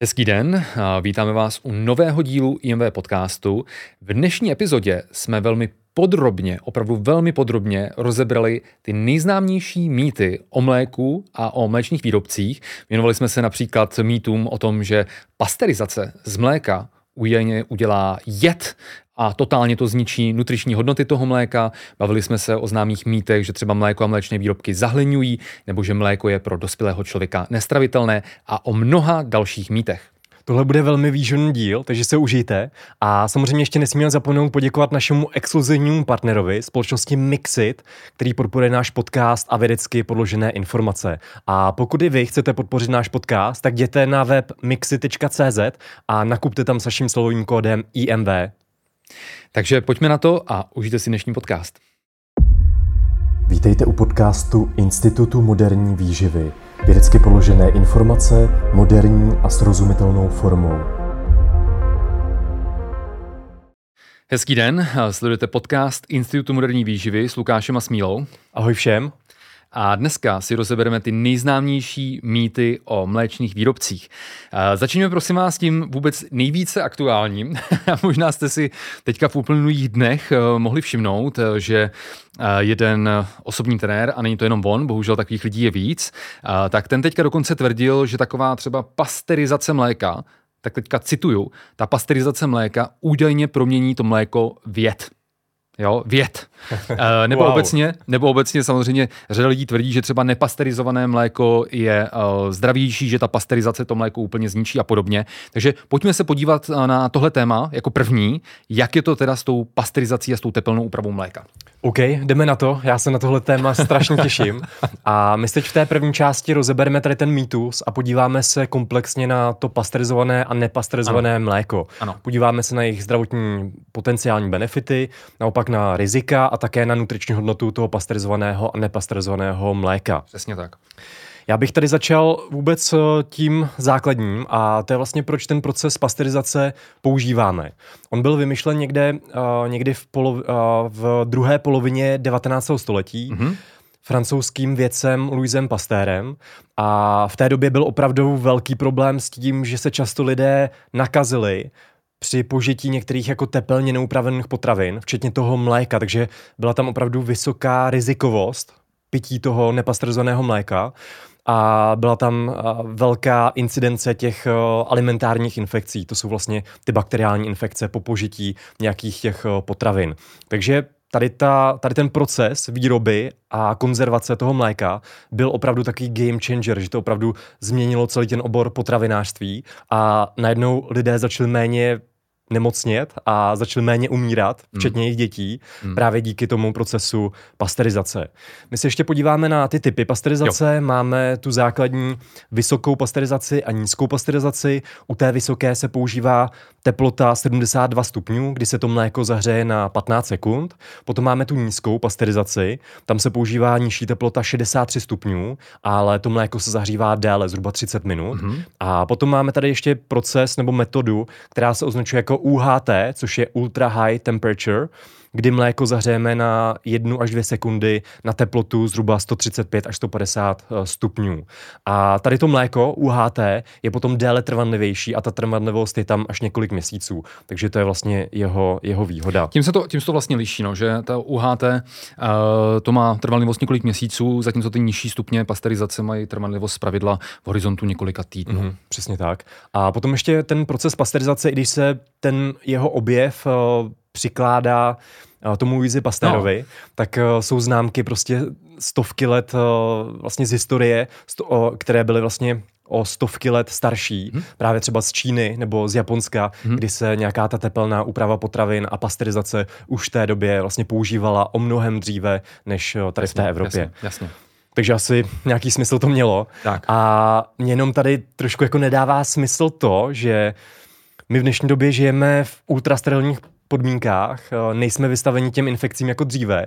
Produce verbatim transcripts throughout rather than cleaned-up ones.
Hezký den, vítáme vás u nového dílu I M V podcastu. V dnešní epizodě jsme velmi podrobně, opravdu velmi podrobně rozebrali ty nejznámější mýty o mléku a o mléčných výrobcích. Věnovali jsme se například mýtům o tom, že pasteurizace z mléka údajně udělá jed a totálně to zničí nutriční hodnoty toho mléka. Bavili jsme se o známých mýtech, že třeba mléko a mléčné výrobky zahleňují, nebo že mléko je pro dospělého člověka nestravitelné a o mnoha dalších mýtech. Tohle bude velmi výživný díl, takže se užijte. A samozřejmě ještě nesmíme zapomenout poděkovat našemu exkluzivnímu partnerovi, společnosti Mixit, který podporuje náš podcast a vědecky podložené informace. A pokud i vy chcete podpořit náš podcast, tak jděte na web mixit tečka cé zet a nakupte tam s naším slovovým kódem I M V. Takže pojďme na to a užijte si dnešní podcast. Vítejte u podcastu Institutu moderní výživy. Vědecky položené informace, moderní a srozumitelnou formou. Hezký den, sledujete podcast Institutu moderní výživy s Lukášem a Smílou. Ahoj všem. A dneska si rozebereme ty nejznámější mýty o mléčných výrobcích. Začněme prosím vás tím vůbec nejvíce aktuálním. Možná jste si teďka v uplynulých dnech mohli všimnout, že jeden osobní trenér, a není to jenom on, bohužel takových lidí je víc, tak ten teďka dokonce tvrdil, že taková třeba pasteurizace mléka, tak teďka cituju, ta pasteurizace mléka údajně promění to mléko v jed. Jo, věd. E, nebo, wow. obecně, nebo obecně samozřejmě řada lidí tvrdí, že třeba nepasterizované mléko je uh, zdravější, že ta pasterizace to mléko úplně zničí a podobně. Takže pojďme se podívat na tohle téma jako první, jak je to teda s tou pasterizací a s tou tepelnou úpravou mléka. OK, jdeme na to. Já se na tohle téma strašně těším. A my teď v té první části rozebereme tady ten mýtus a podíváme se komplexně na to pasterizované a nepasterizované ano. mléko. Ano. Podíváme se na jejich zdravotní potenciální benefity, naopak na rizika a také na nutriční hodnotu toho pasterizovaného a nepasterizovaného mléka. Přesně tak. Já bych tady začal vůbec tím základním a to je vlastně proč ten proces pasteurizace používáme. On byl vymyšlen někde, uh, někdy v, polo, uh, v druhé polovině devatenáctého století mm-hmm. francouzským vědcem Louisem Pasteurem a v té době byl opravdu velký problém s tím, že se často lidé nakazili při požití některých jako tepelně neupravených potravin, včetně toho mléka, takže byla tam opravdu vysoká rizikovost pití toho nepasterizovaného mléka a byla tam velká incidence těch alimentárních infekcí. To jsou vlastně ty bakteriální infekce po požití nějakých těch potravin. Takže tady, ta, tady ten proces výroby a konzervace toho mléka byl opravdu takový game changer, že to opravdu změnilo celý ten obor potravinářství a najednou lidé začali méně nemocnět a začali méně umírat, včetně mm. jejich dětí, mm. právě díky tomu procesu pasteurizace. My se ještě podíváme na ty typy pasteurizace. Jo. Máme tu základní vysokou pasteurizaci a nízkou pasteurizaci. U té vysoké se používá teplota sedmdesát dva stupňů, kdy se to mléko zahřeje na patnáct sekund. Potom máme tu nízkou pasteurizaci. Tam se používá nižší teplota šedesát tři stupňů, ale to mléko se zahřívá déle, zhruba třicet minut. Mm-hmm. A potom máme tady ještě proces nebo metodu, která se označuje jako U H T, což je Ultra High Temperature, kdy mléko zahřejeme na jednu až dvě sekundy na teplotu zhruba sto třicet pět až sto padesát stupňů. A tady to mléko U H T je potom déle trvanlivější a ta trvanlivost je tam až několik měsíců. Takže to je vlastně jeho, jeho výhoda. Tím se to, tím se to vlastně liší, no, že ta U H T uh, to má trvanlivost několik měsíců, zatímco ty nižší stupně pasterizace mají trvanlivost zpravidla v horizontu několika týdnů. Mm, přesně tak. A potom ještě ten proces pasterizace, i když se ten jeho objev uh, přikládá tomu Louisi Pasteurovi, no. tak uh, jsou známky prostě stovky let uh, vlastně z historie, sto, uh, které byly vlastně o stovky let starší, hmm. právě třeba z Číny nebo z Japonska, hmm. kdy se nějaká ta tepelná úprava potravin a pasteurizace už v té době vlastně používala o mnohem dříve než tady jasně, v té Evropě. Jasně, jasně. Takže asi nějaký smysl to mělo. Tak. A mě jenom tady trošku jako nedává smysl to, že my v dnešní době žijeme v ultrasterilních podmínkách, nejsme vystaveni těm infekcím jako dříve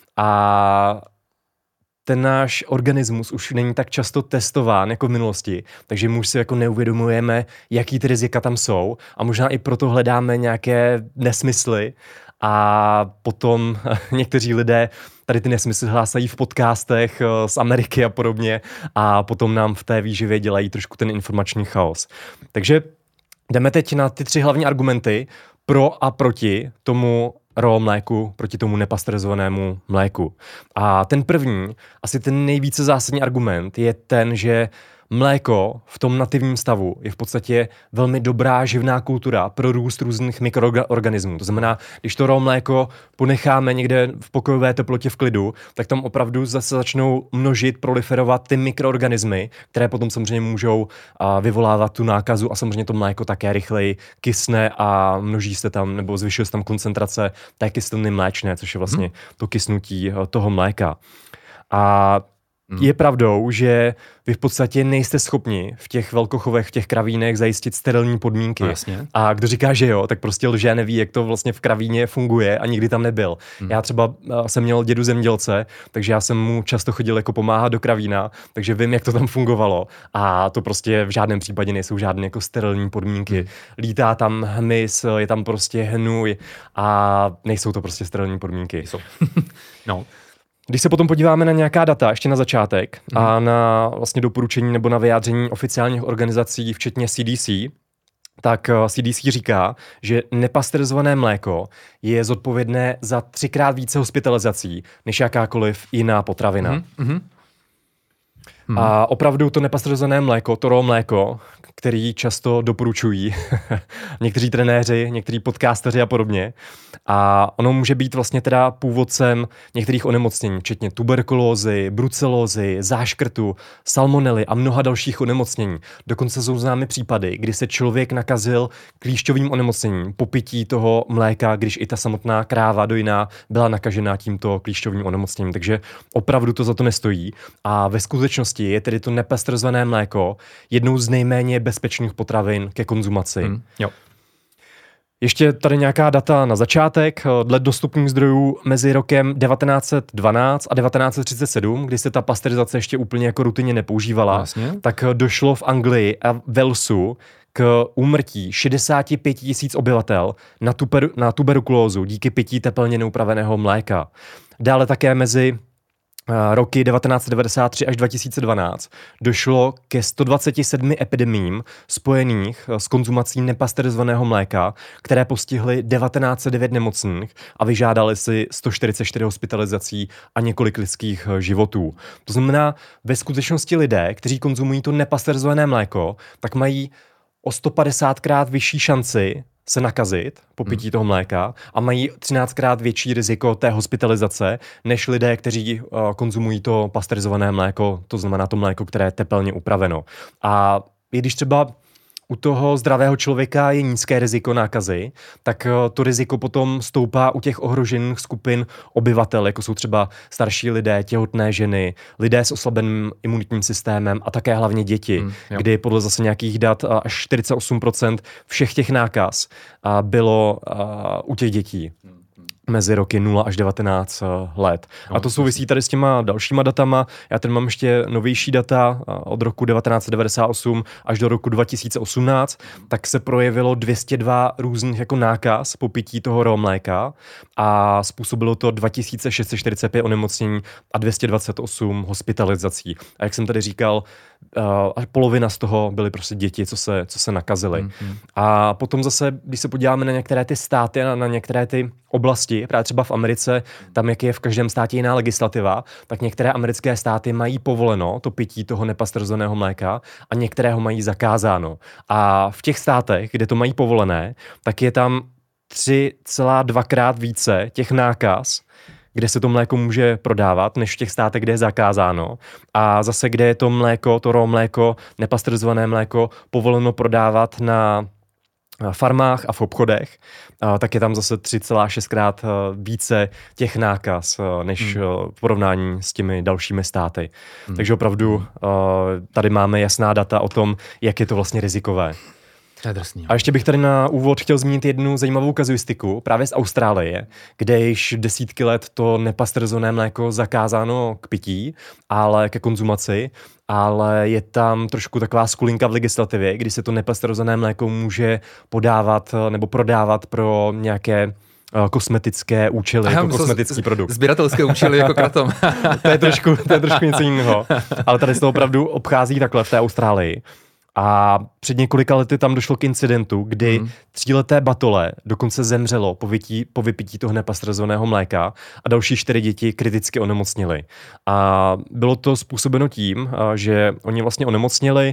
a ten náš organismus už není tak často testován jako v minulosti, takže my už si jako neuvědomujeme, jaký ty rizika tam jsou a možná i proto hledáme nějaké nesmysly a potom někteří lidé tady ty nesmysly hlásají v podcastech z Ameriky a podobně a potom nám v té výživě dělají trošku ten informační chaos. Takže jdeme teď na ty tři hlavní argumenty pro a proti tomu raw mléku, proti tomu nepasterizovanému mléku. A ten první, asi ten nejvíce zásadní argument je ten, že mléko v tom nativním stavu je v podstatě velmi dobrá živná kultura pro růst různých mikroorganismů. To znamená, když to raw mléko ponecháme někde v pokojové teplotě v klidu, tak tam opravdu zase začnou množit, proliferovat ty mikroorganismy, které potom samozřejmě můžou vyvolávat tu nákazu a samozřejmě to mléko také rychleji kysne a množí se tam, nebo zvyšuje se tam koncentrace té kyseliny mléčné, což je vlastně to kysnutí toho mléka. A je pravdou, že vy v podstatě nejste schopni v těch velkochovech, v těch kravínech zajistit sterilní podmínky. No, jasně. A kdo říká, že jo, tak prostě lže, neví, jak to vlastně v kravíně funguje a nikdy tam nebyl. Hmm. Já třeba jsem měl dědu zemědělce, takže já jsem mu často chodil jako pomáhat do kravína, takže vím, jak to tam fungovalo. A to prostě v žádném případě nejsou žádné jako sterilní podmínky. Hmm. Lítá tam hmyz, je tam prostě hnůj a nejsou to prostě sterilní podmínky. Jsou. No. Když se potom podíváme na nějaká data, ještě na začátek, mm. a na vlastně doporučení nebo na vyjádření oficiálních organizací, včetně C D C, tak C D C říká, že nepasterizované mléko je zodpovědné za třikrát více hospitalizací než jakákoliv jiná potravina. Mm. Mm. A opravdu to nepasterizované mléko, to raw mléko, který často doporučují někteří trenéři, někteří podcasteři a podobně. A ono může být vlastně teda původcem některých onemocnění, včetně tuberkulózy, brucelózy, záškrtu, salmonely a mnoha dalších onemocnění. Dokonce jsou známy případy, kdy se člověk nakazil klíšťovým onemocněním po pití toho mléka, když i ta samotná kráva dojná byla nakažená tímto klíšťovým onemocněním. Takže opravdu to za to nestojí. A ve skutečnosti je tedy to nepasterizované mléko jednou z nejméně bezpečných potravin ke konzumaci. Hmm, jo. Ještě tady nějaká data na začátek. Dle dostupných zdrojů mezi rokem devatenáct set dvanáct a devatenáct set třicet sedm, kdy se ta pasterizace ještě úplně jako rutině nepoužívala, Jasně. tak došlo v Anglii a Walesu k úmrtí šedesát pět tisíc obyvatel na, tuber, na tuberkulózu díky pití tepelně neupraveného mléka. Dále také mezi roky devatenáct set devadesát tři až dva tisíce dvanáct došlo ke sto dvacet sedm epidemiím spojených s konzumací nepasterizovaného mléka, které postihly devatenáct set devět nemocných a vyžádali si sto čtyřicet čtyři hospitalizací a několik lidských životů. To znamená, ve skutečnosti lidé, kteří konzumují to nepasterizované mléko, tak mají o sto padesátkrát vyšší šanci se nakazit po pití hmm. toho mléka a mají třináctkrát větší riziko té hospitalizace, než lidé, kteří uh, konzumují to pasterizované mléko, to znamená to mléko, které je tepelně upraveno. A i když třeba u toho zdravého člověka je nízké riziko nákazy, tak to riziko potom stoupá u těch ohrožených skupin obyvatel, jako jsou třeba starší lidé, těhotné ženy, lidé s oslabeným imunitním systémem a také hlavně děti, hmm, kdy podle zase nějakých dat až čtyřicet osm procent všech těch nákaz bylo u těch dětí mezi roky nula až devatenáct let. No, a to souvisí tady s těma dalšíma datama. Já tady mám ještě novější data od roku devatenáct set devadesát osm až do roku dva tisíce osmnáct, tak se projevilo dvě stě dva různých jako nákaz po pití toho raw mléka a způsobilo to dva tisíce šest set čtyřicet pět onemocnění a dvě stě dvacet osm hospitalizací. A jak jsem tady říkal, až polovina z toho byly prostě děti, co se, co se nakazily. Mm-hmm. A potom zase, když se podíváme na některé ty státy, na, na některé ty oblasti, právě třeba v Americe, tam jak je v každém státě jiná legislativa, tak některé americké státy mají povoleno to pití toho nepasterizovaného mléka a některé ho mají zakázáno. A v těch státech, kde to mají povolené, tak je tam tři celá dvakrát více těch nákaz, kde se to mléko může prodávat, než v těch státech, kde je zakázáno. A zase, kde je to mléko, to raw mléko, nepasterizované mléko, povoleno prodávat na farmách a v obchodech, tak je tam zase tři celá šest krát více těch nákaz, než hmm. v porovnání s těmi dalšími státy. Hmm. Takže opravdu tady máme jasná data o tom, jak je to vlastně rizikové. A ještě bych tady na úvod chtěl zmínit jednu zajímavou kazuistiku právě z Austrálie, kde již desítky let to nepasterizované mléko zakázáno k pití, ale ke konzumaci, ale je tam trošku taková skulinka v legislativě, kdy se to nepasterizované mléko může podávat nebo prodávat pro nějaké kosmetické účely, Aha, jako kosmetický produkt. Sběratelské účely jako kratom. to, je trošku, to je trošku něco jiného. Ale tady se to opravdu obchází takhle v té Austrálii. A před několika lety tam došlo k incidentu, kdy hmm. tříleté batole dokonce zemřelo po, vytí, po vypití toho nepasteurizovaného mléka a další čtyři děti kriticky onemocnily. A bylo to způsobeno tím, že oni vlastně onemocnili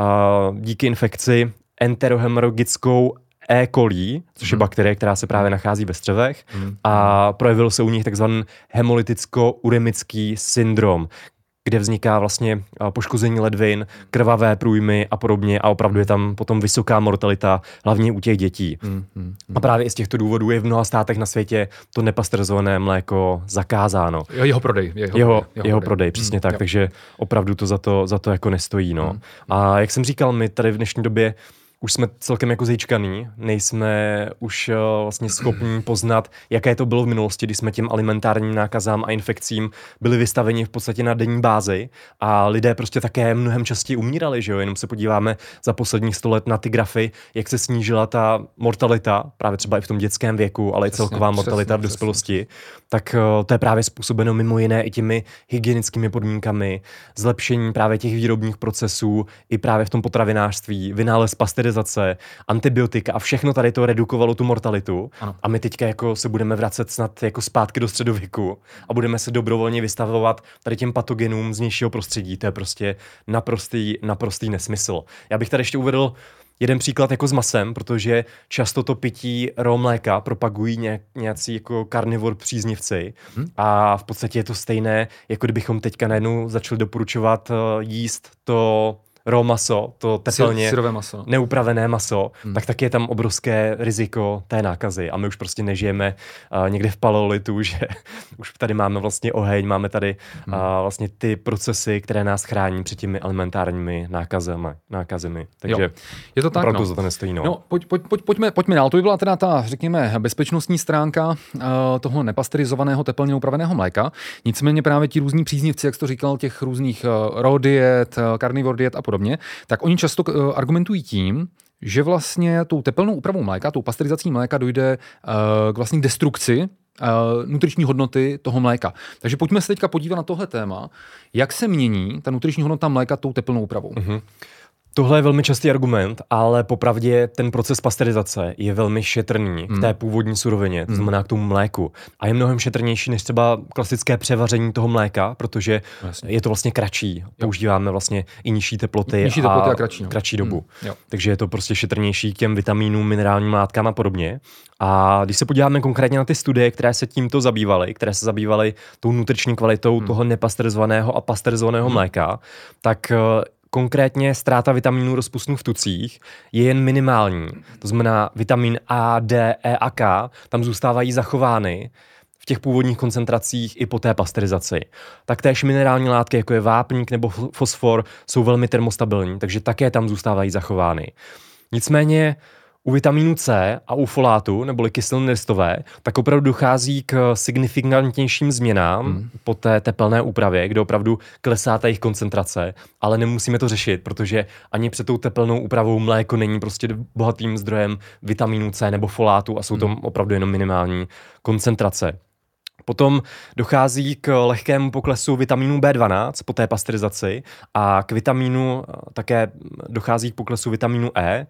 díky infekci enterohemorragickou E. coli, což je hmm. bakterie, která se právě nachází ve střevech, hmm. a projevil se u nich takzvaný hemolyticko-uremický syndrom, kde vzniká vlastně poškození ledvin, krvavé průjmy a podobně a opravdu je tam potom vysoká mortalita, hlavně u těch dětí. Mm, mm, mm. A právě i z těchto důvodů je v mnoha státech na světě to nepasteurizované mléko zakázáno. Jo, jeho prodej. Jeho, jeho, jeho, jeho prodej, prodej přesně mm, tak, jo. Takže opravdu to za to, za to jako nestojí. No. Mm. A jak jsem říkal, my tady v dnešní době už jsme celkem jako zejčkaný, nejsme už uh, vlastně schopní poznat, jaké to bylo v minulosti, kdy jsme těm alimentárním nákazám a infekcím byli vystaveni v podstatě na denní bázi a lidé prostě také mnohem častěji umírali, že jo, jenom se podíváme za posledních sto let na ty grafy, jak se snížila ta mortalita, právě třeba i v tom dětském věku, ale i celková přesně, mortalita přesně, v dospělosti, přesně. Tak uh, to je právě způsobeno mimo jiné i těmi hygienickými podmínkami, zlepšení právě těch výrobních procesů, i právě v tom potravinářství, vynález pasterizace, antibiotika a všechno tady to redukovalo tu mortalitu. Ano. A my teďka jako se budeme vracet snad jako zpátky do středověku a budeme se dobrovolně vystavovat tady těm patogenům z vnějšího prostředí. To je prostě naprostý, naprostý nesmysl. Já bych tady ještě uvedl jeden příklad jako s masem, protože často to pití raw mléka propagují ně, nějací jako carnivore příznivci hmm. a v podstatě je to stejné, jako kdybychom teďka najednou začali doporučovat jíst to raw maso, to tepelně maso. neupravené maso, hmm. tak taky je tam obrovské riziko té nákazy. A my už prostě nežijeme uh, někde v paleolitu, že už tady máme vlastně oheň, máme tady hmm. uh, vlastně ty procesy, které nás chrání před těmi alimentárními nákazemi. nákazemi. Takže jo. Je to tak, opravdu no. za to nestojí. No. No, pojď, pojď, pojď, pojďme, pojďme dál. To by byla teda ta, řekněme, bezpečnostní stránka uh, toho nepasterizovaného tepelně upraveného mléka. Nicméně právě ti různí příznivci, jak jsi to říkal, těch různých uh, raw diet, uh, carnivore diet a podobně, tak oni často uh, argumentují tím, že vlastně tou tepelnou úpravou mléka, tou pasterizací mléka dojde uh, k vlastní destrukci uh, nutriční hodnoty toho mléka. Takže pojďme se teďka podívat na tohle téma, jak se mění ta nutriční hodnota mléka tou tepelnou úpravou. Mm-hmm. Tohle je velmi častý argument, ale popravdě ten proces pasterizace je velmi šetrný mm. k té původní surovině, to znamená k tomu mléku. A je mnohem šetrnější než třeba klasické převaření toho mléka, protože Jasně. je to vlastně kratší. Jo. Používáme vlastně i nižší teploty, nižší teploty a, a kratší, no. kratší dobu. Mm. Takže je to prostě šetrnější k těm vitamínům, minerálním látkám a podobně. A když se podíváme konkrétně na ty studie, které se tímto zabývaly, které se zabývaly tou nutriční kvalitou mm. toho nepasterizovaného a pasterizovaného mm. mléka, tak konkrétně ztráta vitamínů rozpustných v tucích je jen minimální. To znamená vitamín A, D, E a K tam zůstávají zachovány v těch původních koncentracích i po té pasterizaci. Taktéž minerální látky, jako je vápník nebo fosfor, jsou velmi termostabilní, takže také tam zůstávají zachovány. Nicméně u vitamínu C a u folátu, neboli kyseliny listové, tak opravdu dochází k signifikantnějším změnám hmm. po té tepelné úpravě, kde opravdu klesá ta jejich koncentrace, ale nemusíme to řešit, protože ani před tou tepelnou úpravou mléko není prostě bohatým zdrojem vitamínu C nebo folátu a jsou to hmm. opravdu jenom minimální koncentrace. Potom dochází k lehkému poklesu vitamínu bé dvanáct po té pasterizaci a k vitamínu také dochází k poklesu vitamínu E,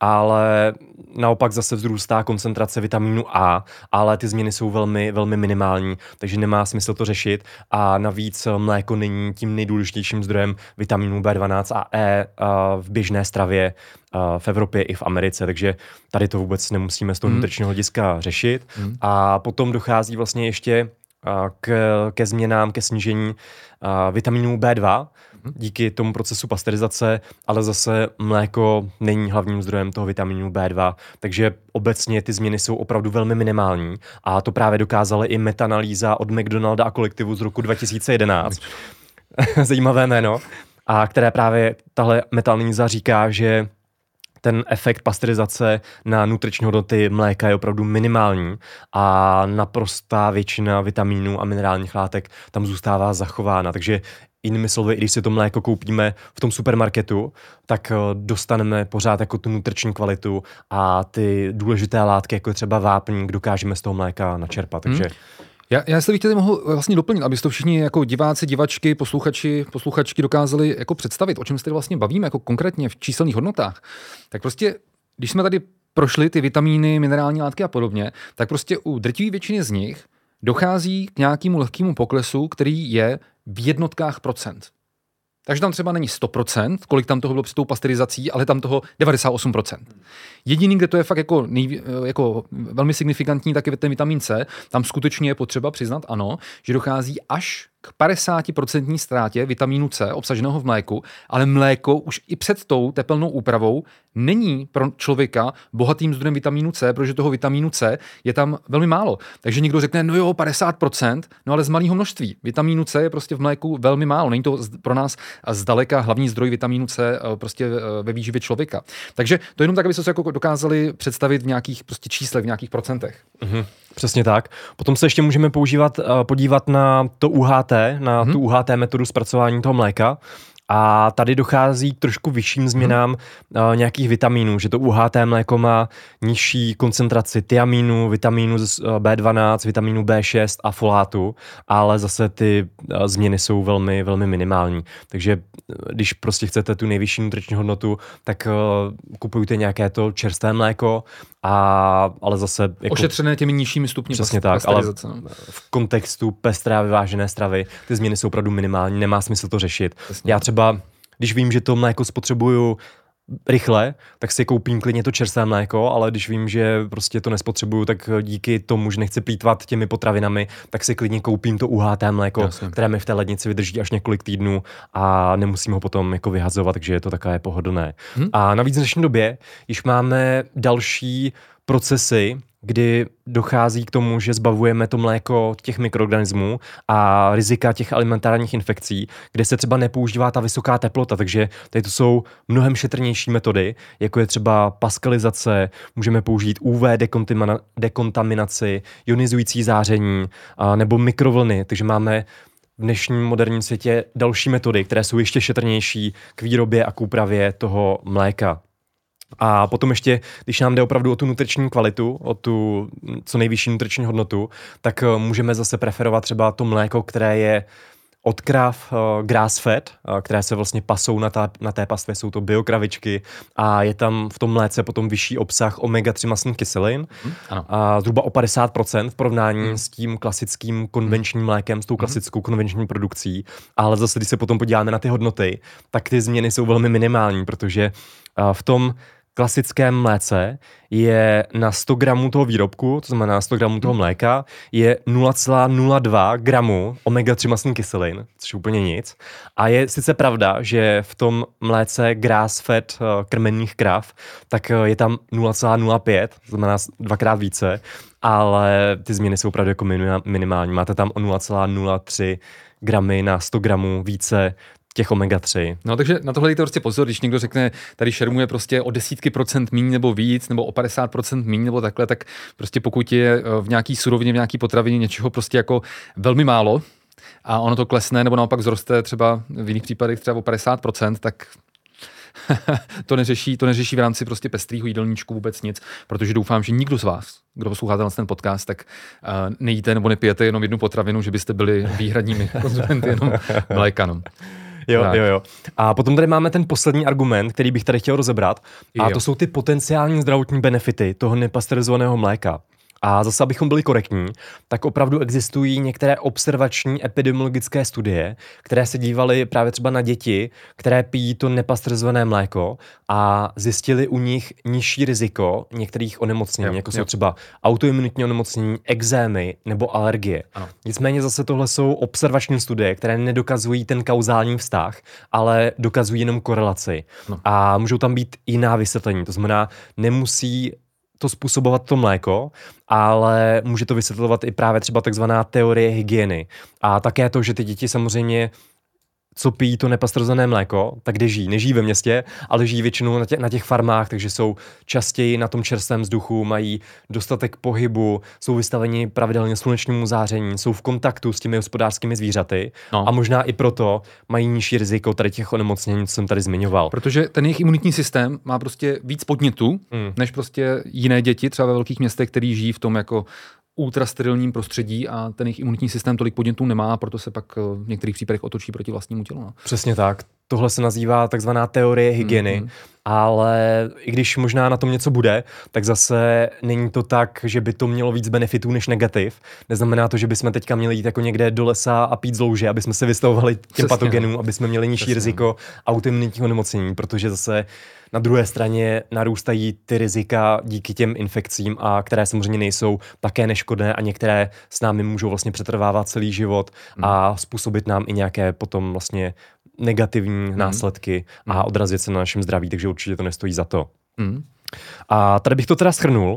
ale naopak zase vzrůstá koncentrace vitamínu A, ale ty změny jsou velmi, velmi minimální, takže nemá smysl to řešit a navíc mléko není tím nejdůležitějším zdrojem vitamínu bé dvanáct a E v běžné stravě v Evropě i v Americe, takže tady to vůbec nemusíme z toho nutričního hlediska řešit. Mm. A potom dochází vlastně ještě k, ke změnám, ke snížení vitamínu bé dva mm. díky tomu procesu pasterizace, ale zase mléko není hlavním zdrojem toho vitamínu bé dva, takže obecně ty změny jsou opravdu velmi minimální a to právě dokázala i metaanalýza od McDonalda a kolektivu z roku dva tisíce jedenáct. Zajímavé jméno. A které právě tahle metaanalýza říká, že ten efekt pasterizace na nutriční hodnoty mléka je opravdu minimální a naprostá většina vitamínů a minerálních látek tam zůstává zachována. Takže jinými slovy, i když si to mléko koupíme v tom supermarketu, tak dostaneme pořád jako tu nutriční kvalitu a ty důležité látky, jako třeba vápník, dokážeme z toho mléka načerpat. Takže... Hmm. Já, já jestli bych tě mohl vlastně doplnit, abyste to všichni jako diváci, divačky, posluchači, posluchačky dokázali jako představit, o čem se tady vlastně bavíme, jako konkrétně v číselných hodnotách. Tak prostě, když jsme tady prošli ty vitamíny, minerální látky a podobně, tak prostě u drtivé většiny z nich dochází k nějakému lehkému poklesu, který je v jednotkách procent. Takže tam třeba není sto procent, kolik tam toho bylo před tou pasteurizací, ale tam toho devadesát osm procent. Jediný, kde to je fakt jako, nej, jako velmi signifikantní, tak je ten vitamin C. Tam skutečně je potřeba přiznat, ano, že dochází až k padesát procent ztrátě vitamínu C obsaženého v mléku, ale mléko už i před tou tepelnou úpravou není pro člověka bohatým zdrojem vitamínu C, protože toho vitamínu C je tam velmi málo. Takže někdo řekne, no jo, padesát procent, no ale z malého množství. Vitamínu C je prostě v mléku velmi málo. Není to pro nás zdaleka hlavní zdroj vitamínu C prostě ve výživě člověka. Takže to jenom tak, aby se jako dokázali představit v nějakých prostě číslech, v nějakých procentech. Mhm. Přesně tak. Potom se ještě můžeme používat, podívat na to U H T, na hmm. tu U H T metodu zpracování toho mléka. A tady dochází k trošku vyšším změnám hmm. uh, nějakých vitamínů, že to U H T mléko má nižší koncentraci tiamínu, vitamínu B dvanáct, vitamínu B šest a folátu, ale zase ty uh, změny jsou velmi, velmi minimální. Takže uh, když prostě chcete tu nejvyšší nutriční hodnotu, tak uh, kupujte nějaké to čerstvé mléko, a, ale zase... Jako, ošetřené těmi nižšími stupni. Přesně tak, ale v kontextu pestré a vyvážené stravy ty změny jsou opravdu minimální, nemá smysl to řešit. Přesně. Já třeba, když vím, že to mléko spotřebuju rychle, tak si koupím klidně to čerstvé mléko, ale když vím, že prostě to nespotřebuju, tak díky tomu, že nechci plýtvat těmi potravinami, tak si klidně koupím to U H T mléko, Jasně. které mi v té lednici vydrží až několik týdnů a nemusím ho potom jako vyhazovat, takže je to takové pohodlné. Hmm. A navíc v dnešní době již máme další procesy, kdy dochází k tomu, že zbavujeme to mléko těch mikroorganismů a rizika těch alimentárních infekcí, kde se třeba nepoužívá ta vysoká teplota, takže tady to jsou mnohem šetrnější metody, jako je třeba paskalizace, můžeme použít U V dekontaminaci, ionizující záření a nebo mikrovlny, takže máme v dnešním moderním světě další metody, které jsou ještě šetrnější k výrobě a k úpravě toho mléka. A potom ještě, když nám jde opravdu o tu nutriční kvalitu, o tu co nejvyšší nutriční hodnotu, tak můžeme zase preferovat třeba to mléko, které je od krav, uh, grass-fed, uh, které se vlastně pasou na, ta, na té pastvě, jsou to biokravičky a je tam v tom mléce potom vyšší obsah omega tři mastných kyselin, hmm, ano. a zhruba o padesát procent v porovnání hmm. s tím klasickým konvenčním mlékem, s tou klasickou hmm. konvenční produkcí, ale zase, když se potom podíváme na ty hodnoty, tak ty změny jsou velmi minimální, protože uh, v tom klasickém mléce je na sto gramů toho výrobku, to znamená sto gramů toho mléka, je nula celá nula dva gramu omega tři mastných kyselin, což je úplně nic. A je sice pravda, že v tom mléce grass-fed krmenných krav, tak je tam nula celá nula pět, to znamená dvakrát více, ale ty změny jsou opravdu jako minimální. Máte tam o nula celá nula tři gramy na sto gramů více těch omega tři. No takže na tohle dejte prostě pozor, když někdo řekne, tady šermuje prostě o desítky procent míň nebo víc, nebo o padesát procent míň nebo takhle, tak prostě pokud je v nějaký surovině, v nějaký potravině něčeho prostě jako velmi málo a ono to klesne nebo naopak zroste třeba v jiných případech třeba o padesát procent, tak to neřeší, to neřeší v rámci prostě pestrýho jídelníčku vůbec nic, protože doufám, že nikdo z vás, kdo posloucháte na ten podcast, tak uh, nejíte nebo nepijete jenom jednu potravinu, že byste byli výhradními konzumenty jenom mléka. No. Jo, jo, jo. A potom tady máme ten poslední argument, který bych tady chtěl rozebrat. A to jsou ty potenciální zdravotní benefity toho nepasteurizovaného mléka. A zase, abychom byli korektní, tak opravdu existují některé observační epidemiologické studie, které se dívaly právě třeba na děti, které pijí to nepasteurizované mléko a zjistili u nich nižší riziko některých onemocnění, jo, jako jo. jsou třeba autoimunitní onemocnění, ekzémy nebo alergie. Ano. Nicméně zase tohle jsou observační studie, které nedokazují ten kauzální vztah, ale dokazují jenom korelaci. No. A můžou tam být jiná vysvětlení, to znamená, nemusí to způsobovat to mléko, ale může to vysvětlovat i právě třeba takzvaná teorie hygieny. A také to, že ty děti samozřejmě co pijí to nepasterizované mléko, tak kde žijí? Nežijí ve městě, ale žijí většinou na, tě, na těch farmách, takže jsou častěji na tom čerstvém vzduchu, mají dostatek pohybu, jsou vystaveni pravidelně slunečnímu záření, jsou v kontaktu s těmi hospodářskými zvířaty no. a možná i proto mají nižší riziko tady těch onemocnění, co jsem tady zmiňoval. Protože ten jejich imunitní systém má prostě víc podnětů, hmm. než prostě jiné děti, třeba ve velkých městech, který žijí v tom jako ultrasterilním prostředí a ten jejich imunitní systém tolik podnětů nemá, proto se pak v některých případech otočí proti vlastnímu tělu. No. Přesně tak. Tohle se nazývá takzvaná teorie hygieny, mm-hmm. ale i když možná na tom něco bude, tak zase není to tak, že by to mělo víc benefitů než negativ. Neznamená to, že bychom teďka měli jít jako někde do lesa a pít z louže, aby jsme se vystavovali těm Přesně. patogenům, aby jsme měli nižší Přesně. riziko autoimunitních onemocnění, protože zase na druhé straně narůstají ty rizika díky těm infekcím, a které samozřejmě nejsou také neškodné a některé s námi můžou vlastně přetrvávat celý život mm. a způsobit nám i nějaké potom vlastně negativní mm. následky mm. a odrazit se na našem zdraví, takže určitě to nestojí za to. Mm. A tady bych to teda shrnul.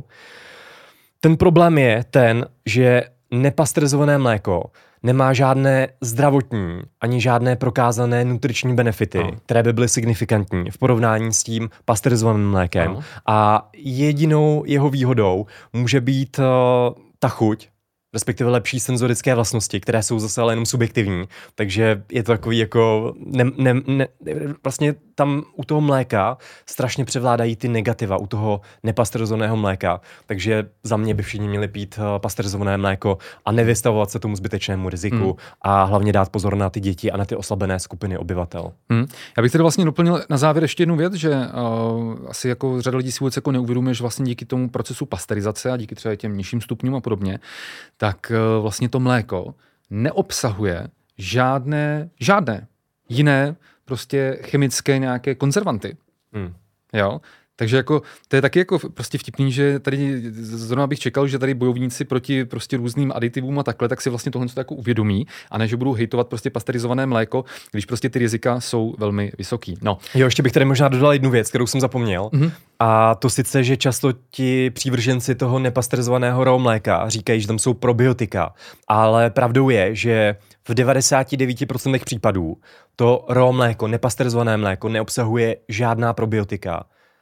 Ten problém je ten, že nepasterizované mléko nemá žádné zdravotní ani žádné prokázané nutriční benefity, no. které by byly signifikantní v porovnání s tím pasterizovaným mlékem. No. A jedinou jeho výhodou může být uh, ta chuť, respektive lepší senzorické vlastnosti, které jsou zase ale jenom subjektivní. Takže je to takový jako... Ne, ne, ne, vlastně tam u toho mléka strašně převládají ty negativa u toho nepasterizovaného mléka. Takže za mě by všichni měli pít pasterizované mléko a nevystavovat se tomu zbytečnému riziku hmm. a hlavně dát pozor na ty děti a na ty oslabené skupiny obyvatel. Hmm. Já bych tedy vlastně doplnil na závěr ještě jednu věc, že uh, asi jako řada lidí si vůbec jako neuvědomuje, že vlastně díky tomu procesu pasterizace a díky třeba těm nižším stupňům a podobně, tak uh, vlastně to mléko neobsahuje žádné, žádné jiné prostě chemické nějaké konzervanty. Hmm. Jo? Takže jako, to je taky jako prostě vtipný, že tady zrovna bych čekal, že tady bojovníci proti prostě různým aditivům a takhle, tak si vlastně tohle to jako uvědomí, a ne, že budou hejtovat prostě pasterizované mléko, když prostě ty rizika jsou velmi vysoký. No. Jo, ještě bych tady možná dodal jednu věc, kterou jsem zapomněl. Mm-hmm. A to sice, že často ti přívrženci toho nepasterizovaného raw mléka říkají, že tam jsou probiotika, ale pravdou je, že v devadesát devět procent případů to raw mléko, nepasterizované mléko neobsahuje žádná probiotika.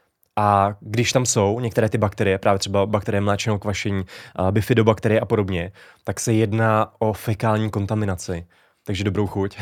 A když tam jsou některé ty bakterie, právě třeba bakterie mléčného kvašení, bifidobakterie a podobně, tak se jedná o fekální kontaminaci. Takže dobrou chuť.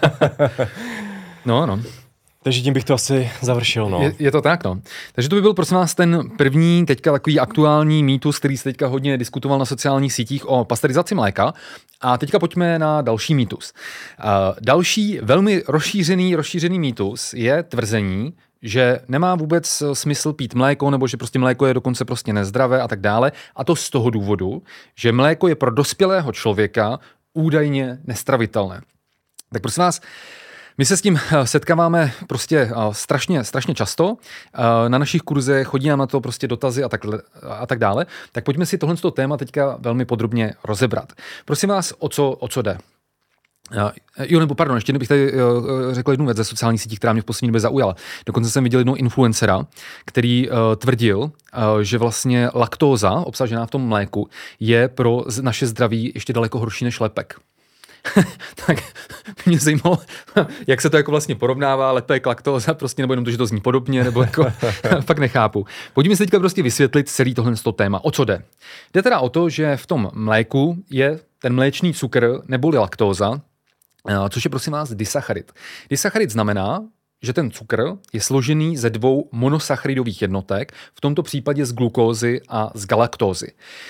No, no. Takže tím bych to asi završil, no. Je, je to tak, no. Takže to by byl, prosím vás, ten první teďka takový aktuální mýtus, který se teďka hodně diskutoval na sociálních sítích o pasterizaci mléka. A teďka pojďme na další mýtus. Uh, další velmi rozšířený, rozšířený mýtus je tvrzení, že nemá vůbec smysl pít mléko, nebo že prostě mléko je dokonce prostě nezdravé a tak dále. A to z toho důvodu, že mléko je pro dospělého člověka údajně nestravitelné. Tak prosím vás, my se s tím setkáváme prostě strašně, strašně často. Na našich kurzech chodí nám na to prostě dotazy a tak, a tak dále. Tak pojďme si tohle téma teďka velmi podrobně rozebrat. Prosím vás, o co, o co jde? Jo, nebo pardon, ještě bych tady řekl jednu věc ze sociálních sítí, která mě v poslední době zaujala. Dokonce jsem viděl jednoho influencera, který uh, tvrdil, uh, že vlastně laktóza obsažená v tom mléku je pro naše zdraví ještě daleko horší než lepek. Tak mě zajímalo, jak se to jako vlastně porovnává, lepek, laktóza, prostě, nebo jenom to, že to zní podobně, nebo jako fakt nechápu. Pojďme si teďka prostě vysvětlit celý tohle téma. O co jde? Jde teda o to, že v tom mléku je ten mléčný cukr neboli laktóza, což je prosím vás disacharid. Disacharid znamená, že ten cukr je složený ze dvou monosacharidových jednotek, v tomto případě z glukózy a z galaktózy.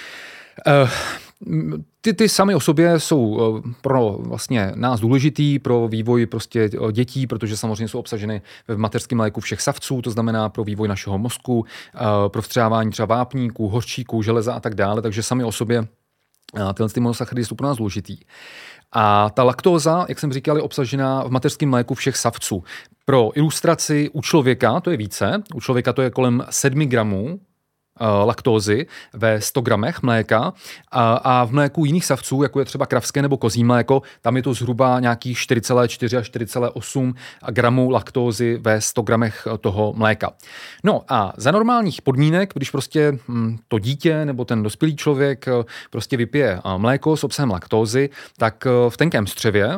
Ty, ty samy o sobě jsou pro vlastně nás důležitý pro vývoj prostě dětí, protože samozřejmě jsou obsaženy v mateřském mléku všech savců, to znamená pro vývoj našeho mozku, pro vstřebávání třeba vápníků, hořčíků, železa a tak dále, takže sami o sobě tyhle ty monosacharidy jsou pro nás důležitý. A ta laktóza, jak jsem říkal, je obsažená v mateřském mléku všech savců. Pro ilustraci u člověka to je více, u člověka to je kolem sedm gramů laktózy ve sto gramech mléka a, a v mléku jiných savců, jako je třeba kravské nebo kozí mléko, tam je to zhruba nějakých čtyři celé čtyři až čtyři celé osm gramů laktózy ve sto gramech toho mléka. No a za normálních podmínek, když prostě hm, to dítě nebo ten dospělý člověk prostě vypije mléko s obsahem laktózy, tak v tenkém střevě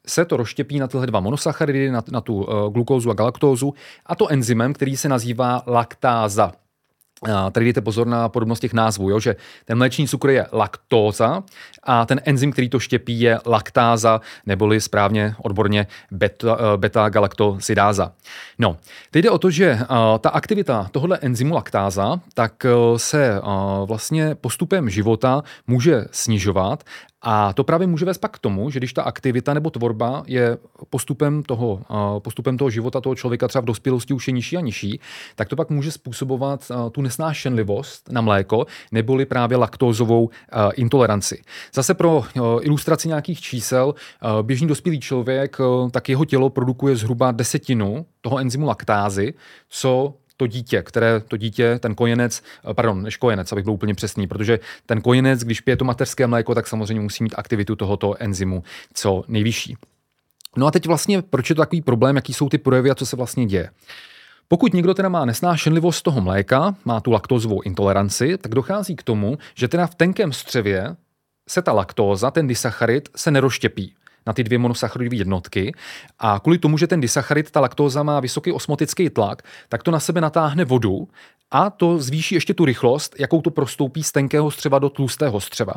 se to rozštěpí na tyhle dva monosacharidy, na, na tu uh, glukózu a galaktózu, a to enzymem, který se nazývá laktáza. Tady dejte pozor na podobnost těch názvů, jo? Že ten mléčný cukr je laktóza a ten enzym, který to štěpí, je laktáza, neboli správně odborně beta, beta-galaktozidáza. No, teď jde o to, že uh, ta aktivita tohohle enzymu laktáza tak uh, se uh, vlastně postupem života může snižovat. A to právě může vést pak k tomu, že když ta aktivita nebo tvorba je postupem toho, uh, postupem toho života toho člověka třeba v dospělosti už je nižší a nižší, tak to pak může způsobovat uh, tu nesnášenlivost na mléko neboli právě laktózovou uh, intoleranci. Zase pro uh, ilustraci nějakých čísel, uh, běžný dospělý člověk, uh, tak jeho tělo produkuje zhruba desetinu toho enzymu laktázy, co to dítě, které to dítě, ten kojenec, pardon, než kojenec, abych byl úplně přesný, protože ten kojenec, když pije to mateřské mléko, tak samozřejmě musí mít aktivitu tohoto enzymu co nejvyšší. No a teď vlastně, proč je to takový problém, jaký jsou ty projevy a co se vlastně děje? Pokud někdo teda má nesnášenlivost toho mléka, má tu laktózovou intoleranci, tak dochází k tomu, že teda v tenkém střevě se ta laktóza, ten disacharid, se nerozštěpí na ty dvě monosacharidové jednotky a kvůli tomu, že ten disacharid, ta laktóza má vysoký osmotický tlak, tak to na sebe natáhne vodu a to zvýší ještě tu rychlost, jakou to prostoupí z tenkého střeva do tlustého střeva.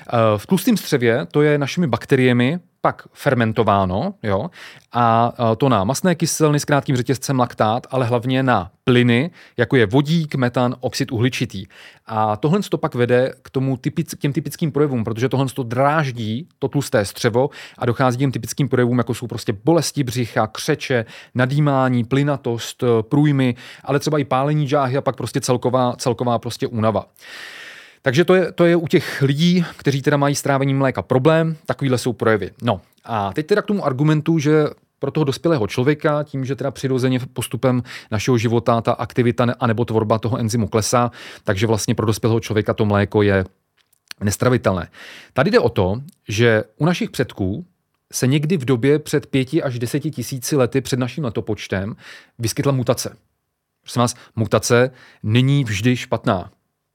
V tlustém střevě to je našimi bakteriemi pak fermentováno, jo, a to na mastné kyseliny s krátkým řetězcem laktát, ale hlavně na plyny, jako je vodík, metan, oxid uhličitý. A tohle to pak vede k tomu typic, k těm typickým projevům, protože tohle to dráždí to tlusté střevo a dochází k těm typickým projevům, jako jsou prostě bolesti břicha, křeče, nadýmání, plynatost, průjmy, ale třeba i pálení žáhy a pak prostě celková, celková prostě únava. Takže to je, to je u těch lidí, kteří teda mají s trávením mléka problém, takovýhle jsou projevy. No a teď teda k tomu argumentu, že pro toho dospělého člověka, tím, že teda přirozeně postupem našeho života ta aktivita anebo tvorba toho enzymu klesá, takže vlastně pro dospělého člověka to mléko je nestravitelné. Tady jde o to, že u našich předků se někdy v době před pěti až deseti tisíci lety před naším letopočtem vyskytla mutace. Prosím vás, mutace není vždy špatná.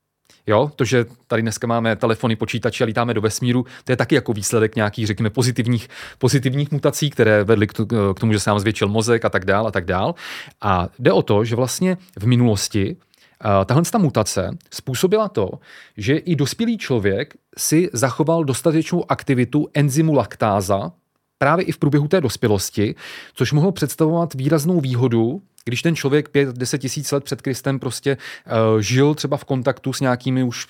Jo, to, že tady dneska máme telefony, počítače a lítáme do vesmíru, to je taky jako výsledek nějakých, řekněme, pozitivních, pozitivních mutací, které vedly k tomu, že se nám zvětšil mozek a tak dál a tak dál. A jde o to, že vlastně v minulosti tahle ta mutace způsobila to, že i dospělý člověk si zachoval dostatečnou aktivitu enzymu laktáza právě i v průběhu té dospělosti, což mohlo představovat výraznou výhodu, když ten člověk pět deset tisíc let před Kristem prostě uh, žil třeba v kontaktu s nějakými už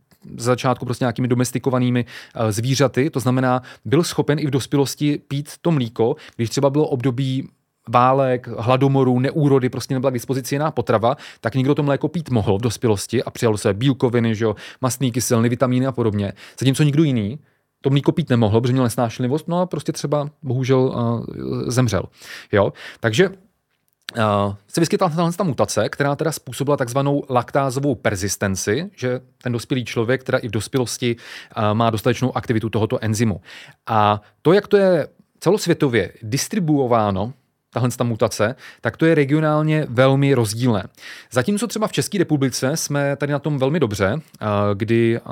z začátku prostě nějakými domestikovanými uh, zvířaty, to znamená, byl schopen i v dospělosti pít to mlíko, když třeba bylo období válek, hladomorů, neúrody, prostě nebyla k dispozici jiná potrava, tak někdo to mléko pít mohl v dospělosti a přijal se bílkoviny, že jo, mastné kyseliny, vitamíny a podobně. Zatímco nikdo jiný to mlíko pít nemohl, protože měl nesnášenlivost, no a prostě třeba bohužel uh, zemřel. Jo? Takže Uh, se vyskytla tahle ta mutace, která teda způsobila takzvanou laktázovou persistenci, že ten dospělý člověk teda i v dospělosti uh, má dostatečnou aktivitu tohoto enzymu. A to, jak to je celosvětově distribuováno, tahle ta mutace, tak to je regionálně velmi rozdílné. Zatímco třeba v České republice jsme tady na tom velmi dobře, kdy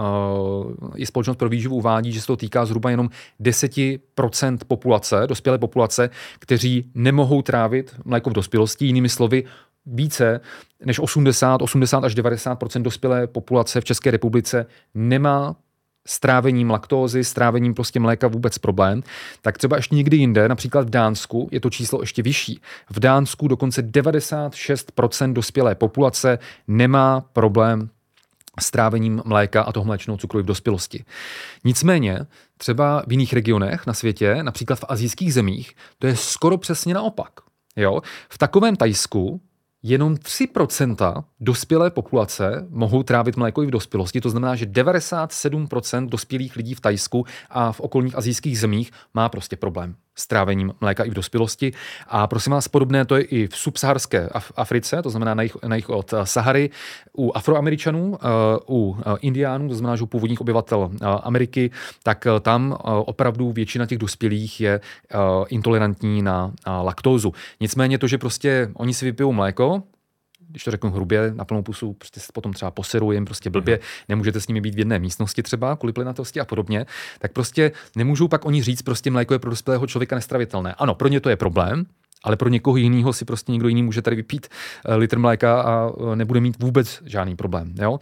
i Společnost pro výživu uvádí, že se to týká zhruba jenom deset procent populace, dospělé populace, kteří nemohou trávit mléko v dospělosti. Jinými slovy, více než osmdesát, osmdesát až devadesát procent dospělé populace v České republice nemá s trávením laktózy, s trávením prostě mléka vůbec problém, tak třeba ještě někdy jinde, například v Dánsku, je to číslo ještě vyšší. V Dánsku dokonce devadesát šest procent dospělé populace nemá problém s trávením mléka a toho mléčného cukru v dospělosti. Nicméně třeba v jiných regionech na světě, například v asijských zemích, to je skoro přesně naopak. Jo? V takovém Thajsku jenom tři procenta dospělé populace mohou trávit mléko i v dospělosti, to znamená, že devadesát sedm procent dospělých lidí v Thajsku a v okolních asijských zemích má prostě problém s trávením mléka i v dospělosti. A prosím vás, podobné to je i v subsaharské Africe, to znamená na jich, na jich od Sahary, u Afroameričanů, u Indiánů, to znamená, že u původních obyvatel Ameriky, tak tam opravdu většina těch dospělých je intolerantní na laktózu. Nicméně to, že prostě oni si vypijou mléko, když to řeknu hrubě, na plnou pusu, prostě potom třeba poseruje jim prostě blbě, nemůžete s nimi být v jedné místnosti třeba kvůli plynatosti a podobně, tak prostě nemůžou pak oni říct, prostě mléko je pro dospělého člověka nestravitelné. Ano, pro ně to je problém, ale pro někoho jiného si prostě někdo jiný může tady vypít litr mléka a nebude mít vůbec žádný problém. Jo?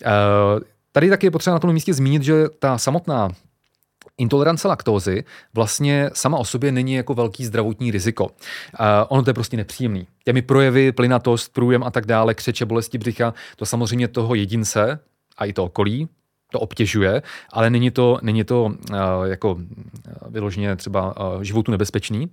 Tady taky je potřeba na tom místě zmínit, že ta samotná intolerance laktózy vlastně sama o sobě není jako velký zdravotní riziko. Uh, ono to je prostě nepříjemný. Těmi projevy, plynatost, průjem a tak dále, křeče, bolesti břicha, to samozřejmě toho jedince a i to okolí to obtěžuje, ale není to, není to uh, jako vyloženě třeba uh, životu nebezpečný.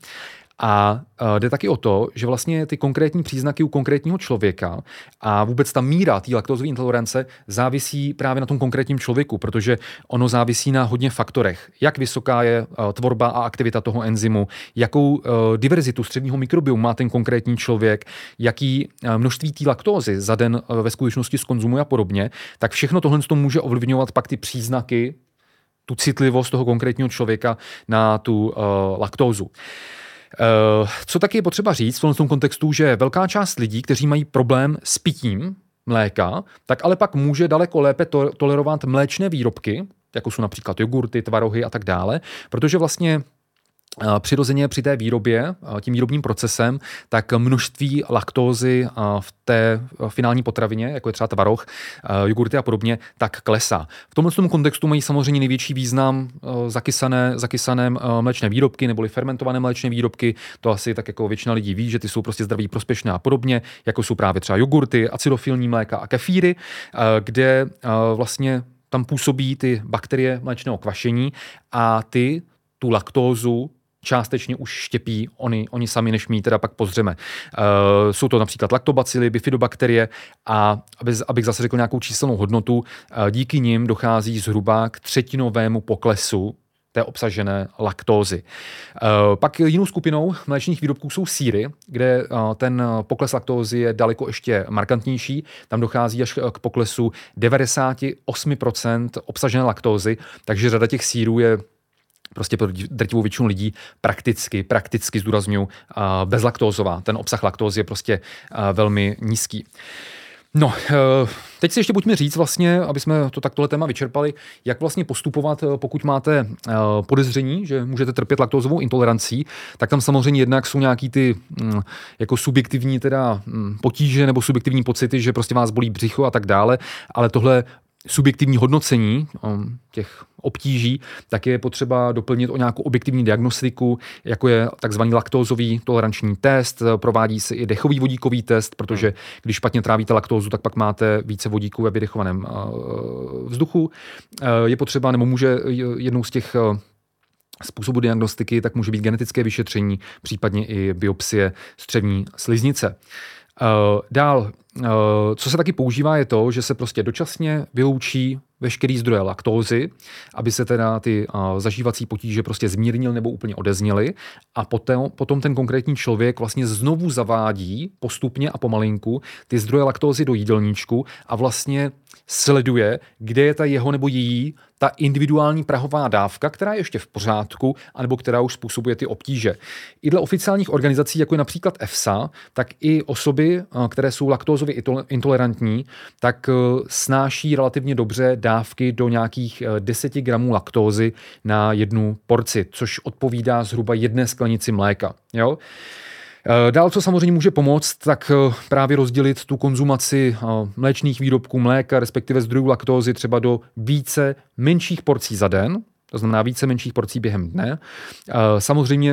A jde taky o to, že vlastně ty konkrétní příznaky u konkrétního člověka a vůbec ta míra té laktózové intolerance závisí právě na tom konkrétním člověku, protože ono závisí na hodně faktorech. Jak vysoká je tvorba a aktivita toho enzymu, jakou diverzitu střevního mikrobiomu má ten konkrétní člověk, jaký množství té laktózy za den ve skutečnosti zkonzumuje a podobně, tak všechno tohle může ovlivňovat pak ty příznaky, tu citlivost toho konkrétního člověka na tu uh, laktózu. Uh, co taky je potřeba říct v tom kontextu, že velká část lidí, kteří mají problém s pitím mléka, tak ale pak může daleko lépe to- tolerovat mléčné výrobky, jako jsou například jogurty, tvarohy a tak dále, protože vlastně přirozeně při té výrobě, tím výrobním procesem, tak množství laktózy v té finální potravině, jako je třeba tvaroh, jogurty a podobně, tak klesá. V tomhle tom kontextu mají samozřejmě největší význam zakysané, zakysané mléčné výrobky neboli fermentované mléčné výrobky. To asi tak jako většina lidí ví, že ty jsou prostě zdraví, prospěšné a podobně, jako jsou právě třeba jogurty, acidofilní mléka a kefíry, kde vlastně tam působí ty bakterie mléčného kvašení a ty tu laktózu částečně už štěpí oni, oni sami, než my ji teda pak pozřeme. Uh, jsou to například laktobacily, bifidobakterie a aby, abych zase řekl nějakou číselnou hodnotu, uh, díky nim dochází zhruba k třetinovému poklesu té obsažené laktózy. Uh, pak jinou skupinou mléčných výrobků jsou sýry, kde uh, ten pokles laktózy je daleko ještě markantnější. Tam dochází až k poklesu devadesát osm procent obsažené laktózy, takže řada těch sýrů je prostě pro drtivou většinu lidí prakticky, prakticky zdůrazňuji, bezlaktózová. Ten obsah laktózy je prostě velmi nízký. No, teď si ještě pojďme říct vlastně, aby jsme to tak tohle téma vyčerpali, jak vlastně postupovat, pokud máte podezření, že můžete trpět laktózovou intolerancí, tak tam samozřejmě jednak jsou nějaký ty jako subjektivní teda potíže nebo subjektivní pocity, že prostě vás bolí břicho a tak dále, ale tohle subjektivní hodnocení těch obtíží, tak je potřeba doplnit o nějakou objektivní diagnostiku, jako je takzvaný laktózový toleranční test, provádí se i dechový vodíkový test, protože když špatně trávíte laktózu, tak pak máte více vodíků ve vydechovaném vzduchu. Je potřeba, nebo může jednou z těch způsobů diagnostiky, tak může být genetické vyšetření, případně i biopsie střevní sliznice. Dál, co se taky používá, je to, že se prostě dočasně vyloučí veškerý zdroje laktózy, aby se teda ty zažívací potíže prostě zmírnil nebo úplně odezněly a potom, potom ten konkrétní člověk vlastně znovu zavádí postupně a pomalinku ty zdroje laktózy do jídelníčku a vlastně sleduje, kde je ta jeho nebo její ta individuální prahová dávka, která je ještě v pořádku, anebo která už způsobuje ty obtíže. I dle oficiálních organizací, jako je například E F S A, tak i osoby, které jsou laktózově intolerantní, tak snáší relativně dobře dávky do nějakých deset gramů laktózy na jednu porci, což odpovídá zhruba jedné sklenici mléka. Jo? Dál, co samozřejmě může pomoct, tak právě rozdělit tu konzumaci mléčných výrobků, mléka, respektive zdrojů laktózy třeba do více menších porcí za den, to znamená více menších porcí během dne. Samozřejmě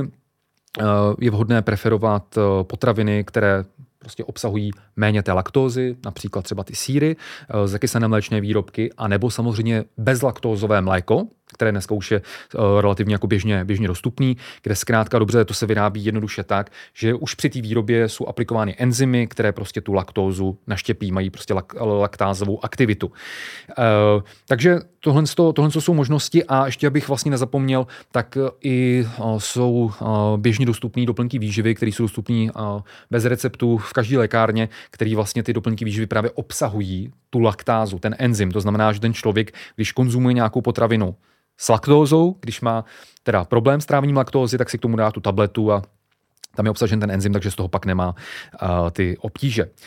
je vhodné preferovat potraviny, které prostě obsahují méně té laktózy, například třeba ty sýry, zakysané mléčné výrobky, anebo samozřejmě bezlaktózové mléko, které dneska už je relativně jako běžně, běžně dostupný, kde zkrátka dobře to se vyrábí jednoduše tak, že už při té výrobě jsou aplikovány enzymy, které prostě tu laktózu naštěpí, mají prostě lak, laktázovou aktivitu. Uh, takže tohle, tohle jsou možnosti a ještě abych vlastně nezapomněl, tak i uh, jsou uh, běžně dostupné doplňky výživy, které jsou dostupné uh, bez receptu v každé lékárně, který vlastně ty doplňky výživy právě obsahují tu laktázu, ten enzym. To znamená, že ten člověk, když konzumuje nějakou potravinu s laktózou, když má teda problém s trávením laktózy, tak si k tomu dá tu tabletu a tam je obsažen ten enzym, takže z toho pak nemá uh, ty obtíže.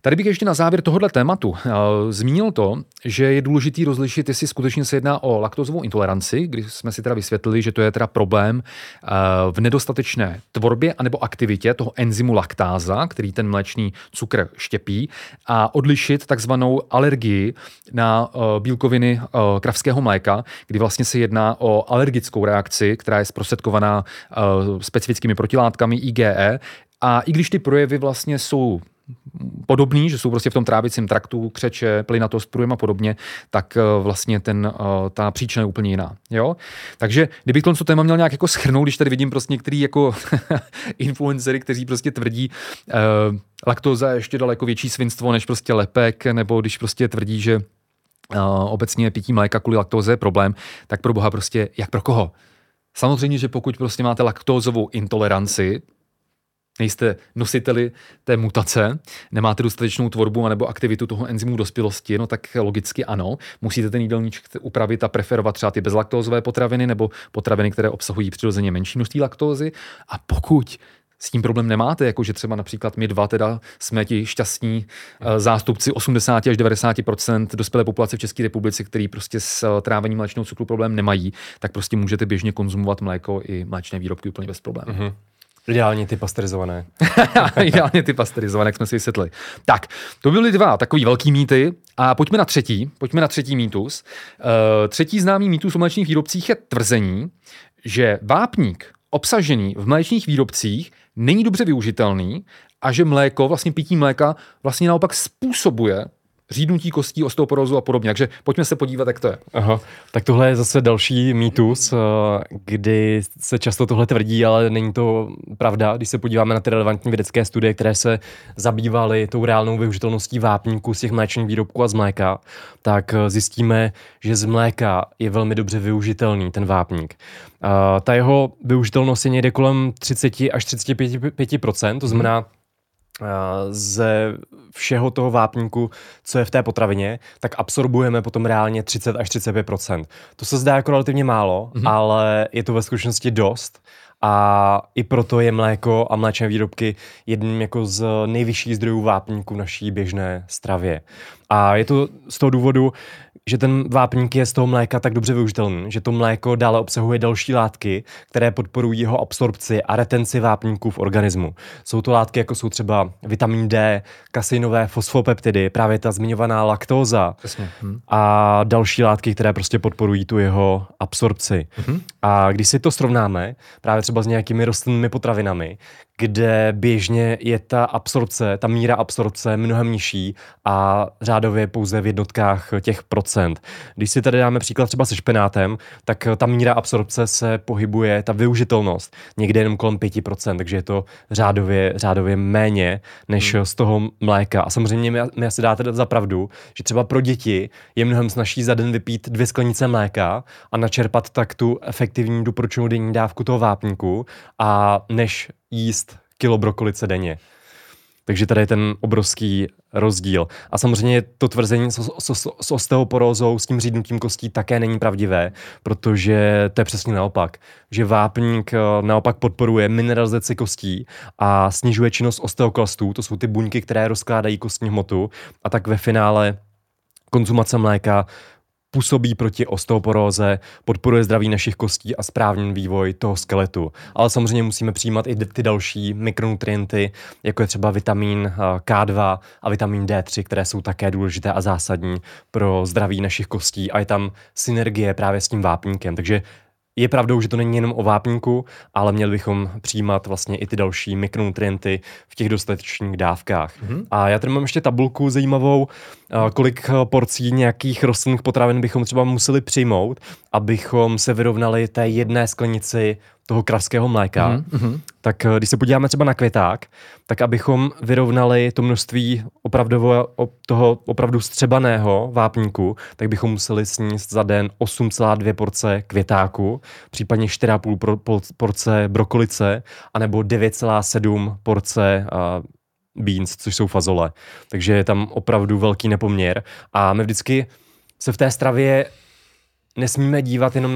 Tady bych ještě na závěr tohohle tématu uh, zmínil to, že je důležitý rozlišit, jestli skutečně se jedná o laktózovou intoleranci, kdy jsme si teda vysvětlili, že to je teda problém uh, v nedostatečné tvorbě anebo aktivitě toho enzymu laktáza, který ten mléčný cukr štěpí, a odlišit takzvanou alergii na uh, bílkoviny uh, kravského mléka, kdy vlastně se jedná o alergickou reakci, která je zprostředkovaná uh, specifickými protilátkami I G E. A i když ty projevy vlastně jsou podobný, že jsou prostě v tom trávicím traktu, křeče, plynatost, průjem a podobně, tak vlastně ten, ta příčina je úplně jiná. Jo? Takže kdybych to téma měl nějak jako shrnout, když tady vidím prostě některý jako influencery, kteří prostě tvrdí, eh, laktóza je ještě daleko větší svinstvo než prostě lepek, nebo když prostě tvrdí, že eh, obecně pití mléka kvůli laktóze je problém, tak pro boha prostě jak pro koho? Samozřejmě, že pokud prostě máte laktózovou intoleranci, nejste nositeli té mutace, nemáte dostatečnou tvorbu nebo aktivitu toho enzymu dospělosti, no tak logicky ano, musíte ten jídelníček upravit a preferovat třeba ty bezlaktózové potraviny nebo potraviny, které obsahují přirozeně menší množství laktózy. A pokud s tím problém nemáte, jakože třeba například my dva teda jsme ti šťastní zástupci osmdesát až devadesát procent dospělé populace v České republice, který prostě s trávením mléčného cukru problém nemají, tak prostě můžete běžně konzumovat mléko i mléčné výrobky úplně bez problémů. Mm-hmm. Ideálně ty pasterizované. Ideálně ty pasterizované, jak jsme si vysvětlili. Tak, to byly dva takový velký mýty a pojďme na třetí. Pojďme na třetí mýtus. Uh, třetí známý mýtus o mléčných výrobcích je tvrzení, že vápník obsažený v mléčných výrobcích není dobře využitelný a že mléko, vlastně pití mléka, vlastně naopak způsobuje řídnutí kostí, osteoporózu a podobně. Takže pojďme se podívat, jak to je. Aha, tak tohle je zase další mýtus, kdy se často tohle tvrdí, ale není to pravda. Když se podíváme na ty relevantní vědecké studie, které se zabývaly tou reálnou využitelností vápníku z těch mléčných výrobků a z mléka, tak zjistíme, že z mléka je velmi dobře využitelný ten vápník. Ta jeho využitelnost je někde kolem třicet až třicet pět procent, to znamená, ze všeho toho vápníku, co je v té potravině, tak absorbujeme potom reálně třicet až třicet pět procent. To se zdá jako relativně málo, mm-hmm. ale je to ve skutečnosti dost. A i proto je mléko a mléčné výrobky jedním jako z nejvyšších zdrojů vápníku v naší běžné stravě. A je to z toho důvodu, že ten vápník je z toho mléka tak dobře využitelný, že to mléko dále obsahuje další látky, které podporují jeho absorpci a retenci vápníků v organismu. Jsou to látky, jako jsou třeba vitamin D, kaseinové fosfopeptidy, právě ta zmiňovaná laktóza hm. a další látky, které prostě podporují tu jeho absorpci. Hm. A když si to srovnáme právě třeba s nějakými rostlinnými potravinami, kde běžně je ta absorpce, ta míra absorpce mnohem nižší a řádově pouze v jednotkách těch procent. Když si tady dáme příklad třeba se špenátem, tak ta míra absorpce se pohybuje, ta využitelnost, někde jenom kolem pět procent, takže je to řádově, řádově méně než hmm. z toho mléka. A samozřejmě mi, mi asi dáte za pravdu, že třeba pro děti je mnohem snazší za den vypít dvě sklenice mléka a načerpat tak tu efektivní doporučenou denní dávku toho vápníku, a než jíst kilo brokolice denně. Takže tady je ten obrovský rozdíl. A samozřejmě to tvrzení s, s, s osteoporózou, s tím řídnutím kostí také není pravdivé, protože to je přesně naopak. Že vápník naopak podporuje mineralizaci kostí a snižuje činnost osteoklastů, to jsou ty buňky, které rozkládají kostní hmotu, a tak ve finále konzumace mléka působí proti osteoporóze, podporuje zdraví našich kostí a správný vývoj toho skeletu. Ale samozřejmě musíme přijímat i ty další mikronutrienty, jako je třeba vitamin K dva a vitamin D tři, které jsou také důležité a zásadní pro zdraví našich kostí, a je tam synergie právě s tím vápníkem. Takže je pravdou, že to není jenom o vápníku, ale měli bychom přijímat vlastně i ty další mikronutrienty v těch dostatečných dávkách. Mm-hmm. A já tady mám ještě tabulku zajímavou, kolik porcí nějakých rostlinných potravin bychom třeba museli přijmout, abychom se vyrovnali té jedné sklenici toho kravského mléka. Mm-hmm. Tak když se podíváme třeba na květák, tak abychom vyrovnali to množství opravdu, toho opravdu střebaného vápníku, tak bychom museli sníst za den osm celá dvě porce květáku, případně čtyři celá pět porce brokolice, anebo devět celá sedm porce uh, beans, což jsou fazole. Takže je tam opravdu velký nepoměr. A my vždycky se v té stravě nesmíme dívat jenom na ten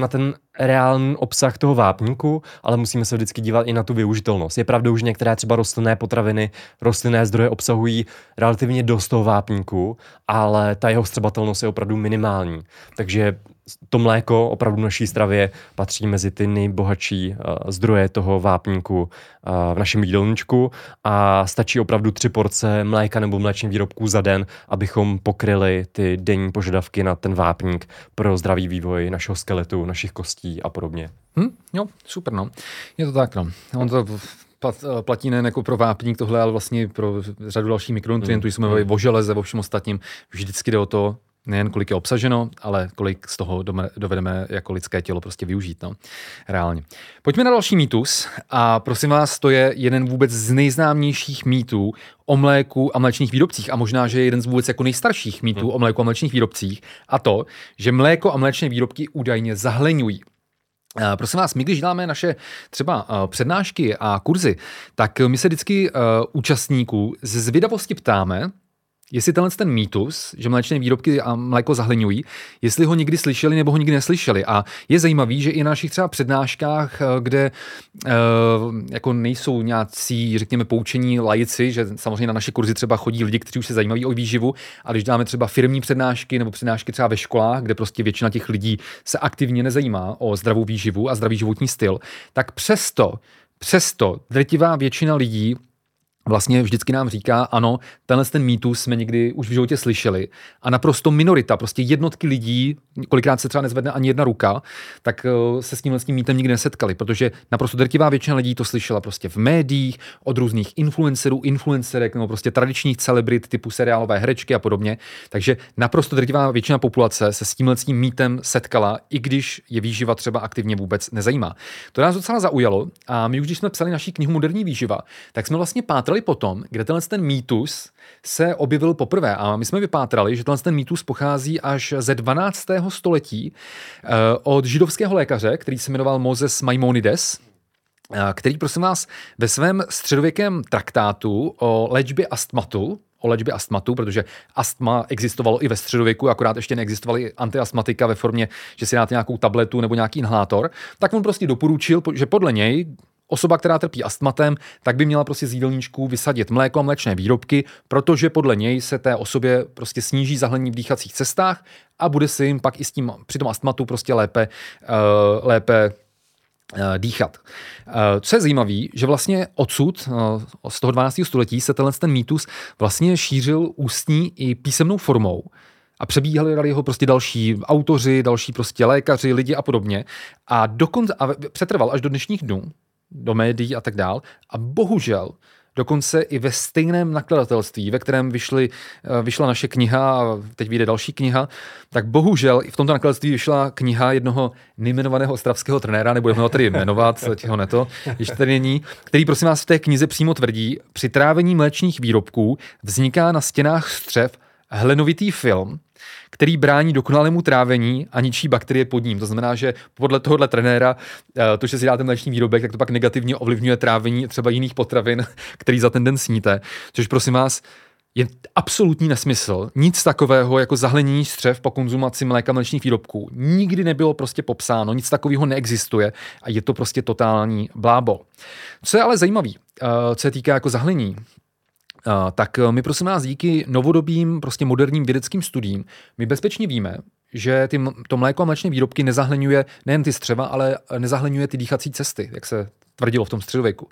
reálný obsah toho vápníku, ale musíme se vždycky dívat i na tu využitelnost. Je pravda, že některé třeba rostlinné potraviny, rostlinné zdroje obsahují relativně dost toho vápníku, ale ta jeho vstřebatelnost je opravdu minimální. Takže to mléko opravdu v naší stravě patří mezi ty nejbohatší uh, zdroje toho vápníku uh, v našem jídelníčku a stačí opravdu tři porce mléka nebo mléčných výrobků za den, abychom pokryli ty denní požadavky na ten vápník pro zdravý vývoj našeho skeletu, našich kostí a podobně. Hm? Jo, super, no. Je to tak, no. On to platí nejen jako pro vápník tohle, ale vlastně pro řadu dalších mikronutrientů, když jsme mluvili o železe, o všem ostatním. Vždycky jde o to, nejen kolik je obsaženo, ale kolik z toho dovedeme jako lidské tělo prostě využít, no. Reálně. Pojďme na další mýtus a prosím vás, to je jeden vůbec z nejznámějších mýtů o mléku a mléčných výrobcích a možná, že je jeden z vůbec jako nejstarších mýtů hmm. o mléku a mléčných výrobcích a to, že mléko a mléčné výrobky údajně zahleňují. Prosím vás, my když děláme naše třeba přednášky a kurzy, tak my se vždycky účastníků ze zvědavosti ptáme, jestli tenhle ten mýtus, že mléčné výrobky a mléko zahleňují, jestli ho někdy slyšeli nebo ho nikdy neslyšeli. A je zajímavý, že i na našich třeba přednáškách, kde uh, jako nejsou nějací, řekněme, poučení laici, že samozřejmě na naše kurzy třeba chodí lidi, kteří už se zajímaví o výživu, a když dáme třeba firmní přednášky nebo přednášky třeba ve školách, kde prostě většina těch lidí se aktivně nezajímá o zdravou výživu a zdravý životní styl, tak přesto, přesto drtivá většina lidí vlastně vždycky nám říká, ano, tenhle ten mýtus jsme někdy už v životě slyšeli a naprosto minorita, prostě jednotky lidí, kolikrát se třeba nezvedne ani jedna ruka, tak se s tímhle s tím mýtem nikdy nesetkali, protože naprosto drtivá většina lidí to slyšela prostě v médiích, od různých influencerů, influencerek nebo prostě tradičních celebrit typu seriálové herečky a podobně. Takže naprosto drtivá většina populace se s tímhle s tím mýtem setkala, i když je výživa třeba aktivně vůbec nezajímá. To nás docela zaujalo a my už když jsme psali naši knihu Moderní výživa, tak jsme vlastně pátrali potom, kde tenhle ten mýtus se objevil poprvé. A my jsme vypátrali, že tenhle ten mýtus pochází až ze dvanáctého století od židovského lékaře, který se jmenoval Moses Maimonides, který, prosím vás, ve svém středověkém traktátu o léčbě astmatu, o léčbě astmatu, protože astma existovalo i ve středověku, akorát ještě neexistovaly antiastmatika ve formě, že si dáte nějakou tabletu nebo nějaký inhalátor, tak on prostě doporučil, že podle něj osoba, která trpí astmatem, tak by měla prostě z jídelníčku vysadit mléko a mléčné výrobky, protože podle něj se té osobě prostě sníží zahlení v dýchacích cestách a bude si jim pak i s tím při tom astmatu prostě lépe, uh, lépe uh, dýchat. Uh, co je zajímavé, že vlastně odsud, uh, z toho dvanáctého století, se tenhle ten mýtus vlastně šířil ústní i písemnou formou. A přebíhali ho prostě další autoři, další prostě lékaři, lidi a podobně. A dokonce a přetrval až do dnešních dnů, do médií a tak dál. A bohužel dokonce i ve stejném nakladatelství, ve kterém vyšly, vyšla naše kniha a teď vyjde další kniha, tak bohužel i v tomto nakladatelství vyšla kniha jednoho nejmenovaného ostravského trenéra, nebudeme ho tady jmenovat, ho neto, když tady není, který prosím vás v té knize přímo tvrdí, při trávení mléčných výrobků vzniká na stěnách střev hlinovitý film, který brání dokonalému trávení a ničí bakterie pod ním. To znamená, že podle tohohle trenéra to, že si dáte mléčný výrobek, tak to pak negativně ovlivňuje trávení třeba jiných potravin, který za ten den sníte. Což prosím vás je absolutní nesmysl. Nic takového jako zahlenění střev po konzumaci mléka mléčných výrobků nikdy nebylo prostě popsáno, nic takového neexistuje a je to prostě totální blábol. Co je ale zajímavý, co se týká jako zahlenění, Uh, tak my prosím vás díky novodobým, prostě moderním vědeckým studiím, my bezpečně víme, že ty, to mléko a mléčné výrobky nezahleňuje nejen ty střeva, ale nezahleňuje ty dýchací cesty, jak se tvrdilo v tom středověku.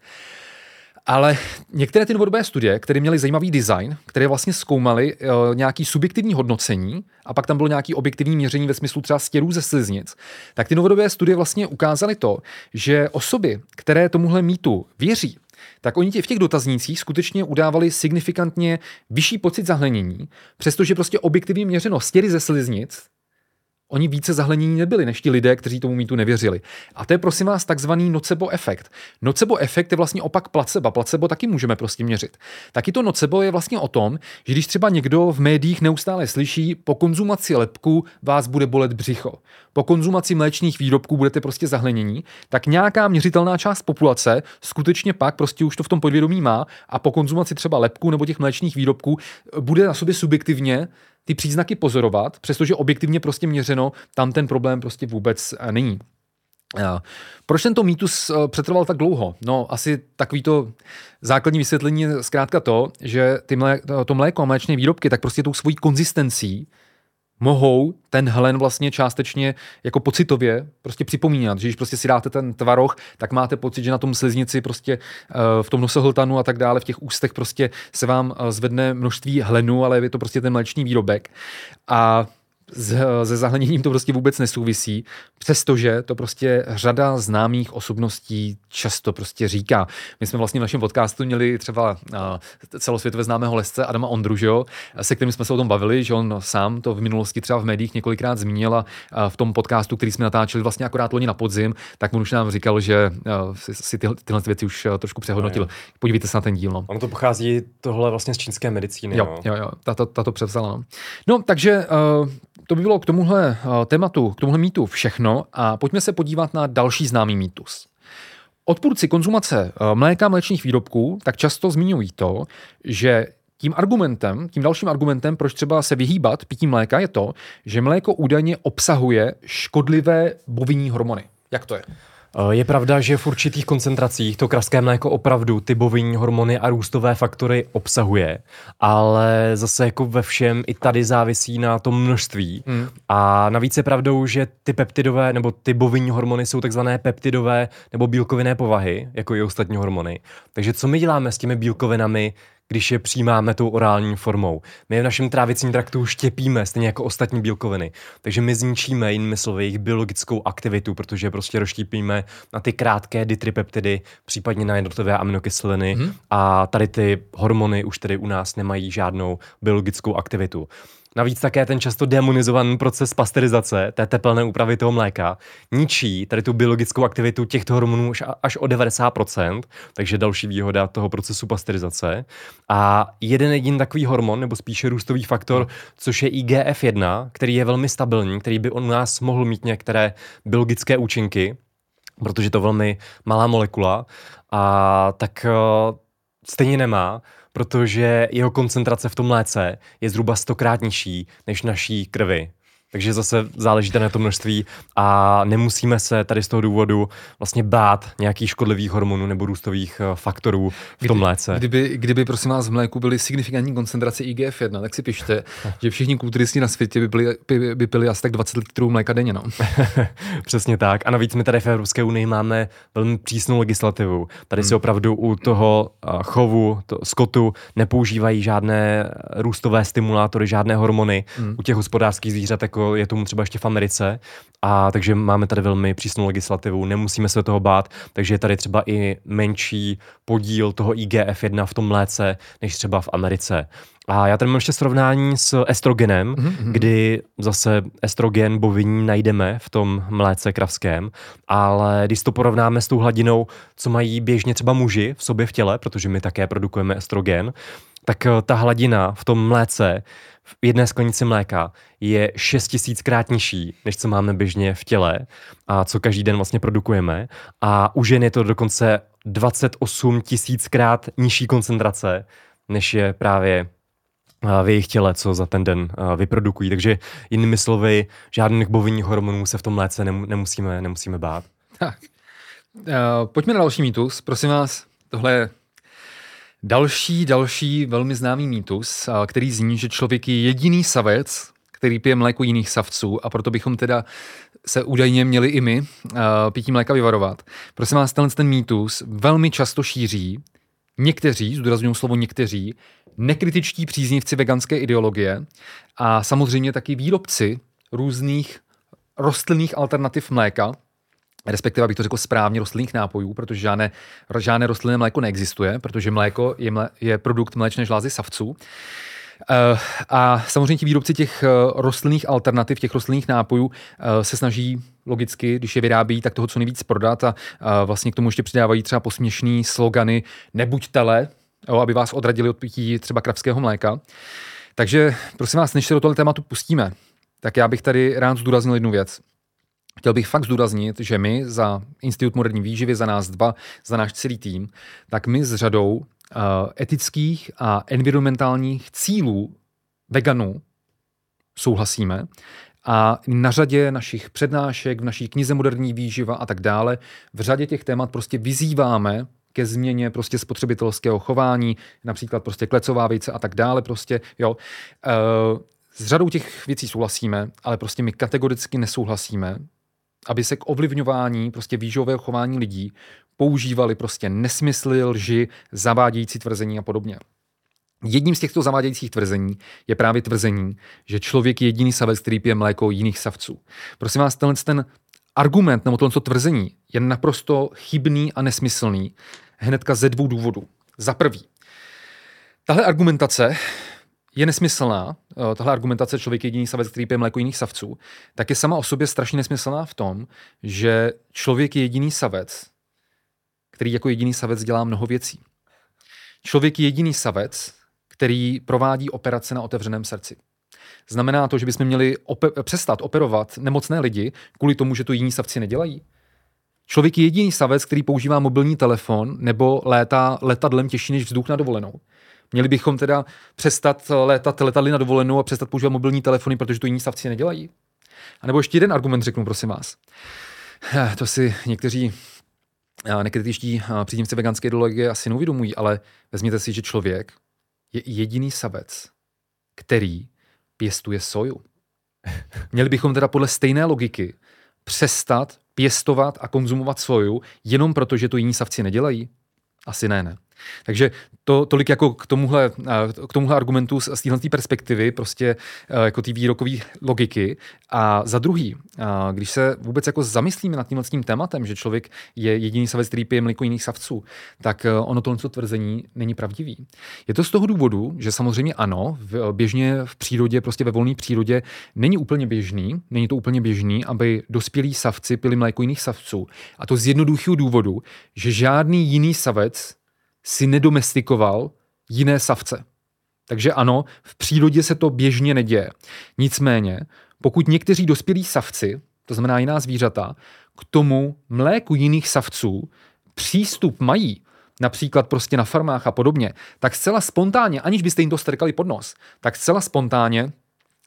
Ale některé ty novodobé studie, které měly zajímavý design, které vlastně zkoumaly uh, nějaký subjektivní hodnocení a pak tam bylo nějaký objektivní měření ve smyslu třeba stěrů ze sliznic, tak ty novodobé studie vlastně ukázaly to, že osoby, které tomuhle mýtu věří, tak oni v těch dotaznících skutečně udávali signifikantně vyšší pocit zahlenění, přestože prostě objektivně měřeno stěry ze sliznic, oni více zahlenění nebyli než ti lidé, kteří tomu mýtu nevěřili. A to je prosím vás takzvaný nocebo efekt. Nocebo efekt je vlastně opak placebo. Placebo taky můžeme prostě měřit. Taky to nocebo je vlastně o tom, že když třeba někdo v médiích neustále slyší, po konzumaci lepku vás bude bolet břicho, po konzumaci mléčných výrobků budete prostě zahlenění, tak nějaká měřitelná část populace skutečně pak prostě už to v tom podvědomí má a po konzumaci třeba lepku nebo těch mléčných výrobků bude na sobě subjektivně ty příznaky pozorovat, přestože objektivně prostě měřeno tam ten problém prostě vůbec není. Proč tento mýtus přetrval tak dlouho? No, asi takový to základní vysvětlení je zkrátka to, že ty mlé, to mléko a mléčné výrobky tak prostě tou svojí konzistencí mohou ten hlen vlastně částečně jako pocitově prostě připomínat, že když prostě si dáte ten tvaroh, tak máte pocit, že na tom sliznici prostě v tom nosohltanu a tak dále, v těch ústech prostě se vám zvedne množství hlenu, ale je to prostě ten mléčný výrobek. A se zahleněním to prostě vůbec nesouvisí, přestože to prostě řada známých osobností často prostě říká. My jsme vlastně v našem podcastu měli třeba celosvětově známého lesce Adama Ondru, že jo, se kterým jsme se o tom bavili, že on sám to v minulosti třeba v médiích několikrát zmínil a v tom podcastu, který jsme natáčeli vlastně akorát loni na podzim, tak on už nám říkal, že si tyhle, tyhle věci už trošku přehodnotil. No, podívejte se na ten díl. No. Ono to pochází tohle vlastně z čínské medicíny. Jo, no. jo, jo, tato, tato převzala. No, no takže uh, to by bylo k tomuhle uh, tématu, k tomuhle mýtu všechno a pojďme se podívat na další známý mýtus. Odpůrci konzumace uh, mléka a mléčných výrobků tak často zmiňují to, že tím argumentem, tím dalším argumentem, proč třeba se vyhýbat pití mléka, je to, že mléko údajně obsahuje škodlivé bovínní hormony. Jak to je? Je pravda, že v určitých koncentracích to kravské mléko opravdu ty bovínní hormony a růstové faktory obsahuje, ale zase jako ve všem i tady závisí na tom množství. Hmm. A navíc je pravdou, že ty peptidové nebo ty bovínní hormony jsou takzvané peptidové nebo bílkovinné povahy, jako i ostatní hormony. Takže co my děláme s těmi bílkovinami, když je přijímáme tou orální formou? My je v našem trávicím traktu štěpíme, stejně jako ostatní bílkoviny. Takže my zničíme, jinými slovy, jejich biologickou aktivitu, protože prostě rozštípíme na ty krátké ditripeptidy, případně na jednotlivé aminokyseliny hmm. a tady ty hormony už tedy u nás nemají žádnou biologickou aktivitu. Navíc také ten často demonizovaný proces pasteurizace, té tepelné úpravy toho mléka, ničí tady tu biologickou aktivitu těchto hormonů až o devadesát procent, takže další výhoda toho procesu pasteurizace. A jeden jediný takový hormon, nebo spíše růstový faktor, což je I G F jedna, který je velmi stabilní, který by u nás mohl mít některé biologické účinky, protože to je velmi malá molekula, a tak uh, stejně nemá, protože jeho koncentrace v tom mléce je zhruba stokrát nižší než naší krvi. Takže zase záleží na tom množství a nemusíme se tady z toho důvodu vlastně bát nějakých škodlivých hormonů nebo růstových faktorů v tom mléce. Kdyby, kdyby prosím vás v mléku byly signifikantní koncentrace I G F jedna, tak si pište, že všichni kulturisti na světě by, byli, by, by pili asi tak dvacet litrů mléka denně. No. Přesně tak. A navíc my tady v Evropské unii máme velmi přísnou legislativu. Tady hmm. si opravdu u toho chovu, to, skotu nepoužívají žádné růstové stimulátory, žádné hormony. Hmm. U těch hospodářských zvířat jako je tomu třeba ještě v Americe, a takže máme tady velmi přísnou legislativu, nemusíme se toho bát, takže je tady třeba i menší podíl toho I G F jedna v tom mléce, než třeba v Americe. A já tady mám ještě srovnání s estrogenem, mm-hmm. kdy zase estrogen bovinní najdeme v tom mléce kravském, ale když to porovnáme s tou hladinou, co mají běžně třeba muži v sobě v těle, protože my také produkujeme estrogen, tak ta hladina v tom mléce v jedné sklenici mléka je šest tisíckrát nižší, než co máme běžně v těle a co každý den vlastně produkujeme. A u žen je to dokonce dvacet osm tisíckrát nižší koncentrace, než je právě v jejich těle, co za ten den vyprodukují. Takže jinými slovy, žádných bovínních hormonů se v tom mléce nemusíme, nemusíme bát. Tak, uh, pojďme na další mýtus. Prosím vás, tohle je Další, další velmi známý mýtus, který zní, že člověk je jediný savec, který pije mléko jiných savců a proto bychom teda se údajně měli i my pití mléka vyvarovat. Prosím vás, tenhle ten mýtus velmi často šíří někteří, zdůrazňuji slovo někteří, nekritičtí příznivci veganské ideologie a samozřejmě taky výrobci různých rostlinných alternativ mléka, respektive, abych to řekl správně, rostlinných nápojů, protože žádné, žádné rostlinné mléko neexistuje, protože mléko je, mlé, je produkt mléčné žlázy savců. Uh, a samozřejmě ti výrobci těch uh, rostlinných alternativ, těch rostlinných nápojů uh, se snaží logicky, když je vyrábí, tak toho co nejvíc prodat a uh, vlastně k tomu ještě přidávají třeba posměšný slogany nebuď tele, jo, aby vás odradili od pití třeba kravského mléka. Takže prosím vás, než se do tohle tématu pustíme, tak já bych tady rád zdůraznil jednu věc. Chtěl bych fakt zdůraznit, že my za Institut moderní výživy, za nás dva, za náš celý tým, tak my s řadou uh, etických a environmentálních cílů veganů souhlasíme A na řadě našich přednášek, v naší knize Moderní výživa a tak dále, v řadě těch témat prostě vyzýváme ke změně prostě spotřebitelského chování, například prostě klecová vejce a tak dále prostě, jo. S řadou těch věcí souhlasíme, ale prostě my kategoricky nesouhlasíme, aby se k ovlivňování prostě výživového chování lidí používali prostě nesmysly, lži, zavádějící tvrzení a podobně. Jedním z těchto zavádějících tvrzení je právě tvrzení, že člověk je jediný savec, který pije mléko jiných savců. Prosím vás, tenhle ten argument nebo tohle tvrzení je naprosto chybný a nesmyslný hnedka ze dvou důvodů. Za prvý, tahle argumentace je nesmyslná, tahle argumentace člověk je jediný savec, který pije mléko jiných savců, tak je sama o sobě strašně nesmyslná v tom, že člověk je jediný savec, který jako jediný savec dělá mnoho věcí. Člověk je jediný savec, který provádí operace na otevřeném srdci. Znamená to, že bychom měli ope- přestat operovat nemocné lidi kvůli tomu, že to jiní savci nedělají? Člověk je jediný savec, který používá mobilní telefon nebo létá letadlem těžší než vzduch na dovolenou. Měli bychom teda přestat létat letadly na dovolenou a přestat používat mobilní telefony, protože to jiní savci nedělají? A nebo ještě jeden argument řeknu, prosím vás. To si někteří nekritičtí příznivci veganské ideologie asi neuvědomují, ale vezměte si, že člověk je jediný savec, který pěstuje soju. Měli bychom teda podle stejné logiky přestat pěstovat a konzumovat soju jenom proto, že to jiní savci nedělají? Asi ne, ne. Takže to tolik jako k tomuhle, k tomuhle argumentu z téhle perspektivy, prostě jako té výrokové logiky. A za druhý, když se vůbec jako zamyslíme nad tímhle tím tématem, že člověk je jediný savec, který pije mléko jiných savců, tak ono tohle tvrzení není pravdivý. Je to z toho důvodu, že samozřejmě ano, v, běžně v přírodě, prostě ve volné přírodě není úplně běžný, není to úplně běžný, aby dospělí savci pili mléko jiných savců. A to z jednoduchého důvodu, že žádný jiný savec si nedomestikoval jiné savce. Takže ano, v přírodě se to běžně neděje. Nicméně, pokud někteří dospělí savci, to znamená jiná zvířata, k tomu mléku jiných savců přístup mají, například prostě na farmách a podobně, tak zcela spontánně, aniž byste jim to strkali pod nos, tak zcela spontánně uh,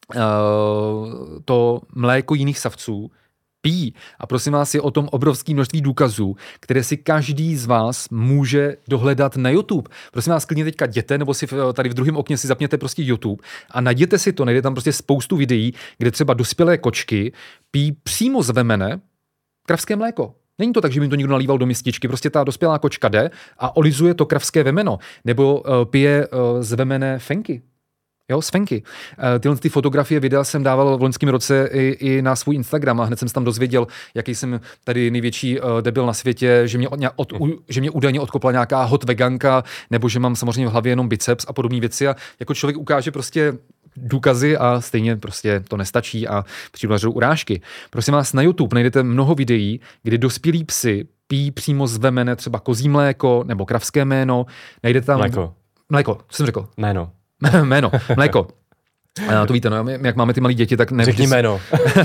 to mléko jiných savců pijí. A prosím vás, je o tom obrovské množství důkazů, které si každý z vás může dohledat na YouTube. Prosím vás, klidně teďka jděte, nebo si tady v druhém okně si zapněte prostě YouTube a najděte si to, najde tam prostě spoustu videí, kde třeba dospělé kočky pijí přímo z vemene kravské mléko. Není to tak, že by jim to někdo nalíval do mističky, prostě ta dospělá kočka jde a olizuje to kravské vemeno, nebo uh, pije uh, z vemene fenky. Jo, z fenky. Uh, tyhle ty fotografie, videa jsem dával v loňském roce i, i na svůj Instagram a hned jsem se tam dozvěděl, jaký jsem tady největší uh, debil na světě, že mě, od, od, u, že mě údajně odkopla nějaká hot veganka, nebo že mám samozřejmě v hlavě jenom biceps a podobné věci a jako člověk ukáže prostě důkazy a stejně prostě to nestačí a přijdu na řadu urážky. Prosím vás, na YouTube najdete mnoho videí, kdy dospělí psy pijí přímo z vemene třeba kozí mléko nebo kravské méno. Najdete tam... Mléko. Mléko, co jsem řekl? Méno. Jméno, mléko. A to víte, no, jak máme ty malé děti, tak nevždy, Řekni jméno.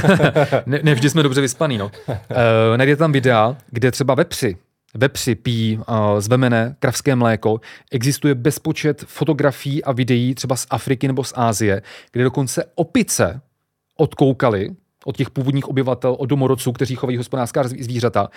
ne, nevždy jsme dobře vyspaný. No. Uh, najdete tam videa, kde třeba vepři, vepři pijí uh, z vemene kravské mléko. Existuje bezpočet fotografií a videí třeba z Afriky nebo z Asie, kde dokonce opice odkoukali od těch původních obyvatel, od domorodců, kteří chovají hospodářská zvířata,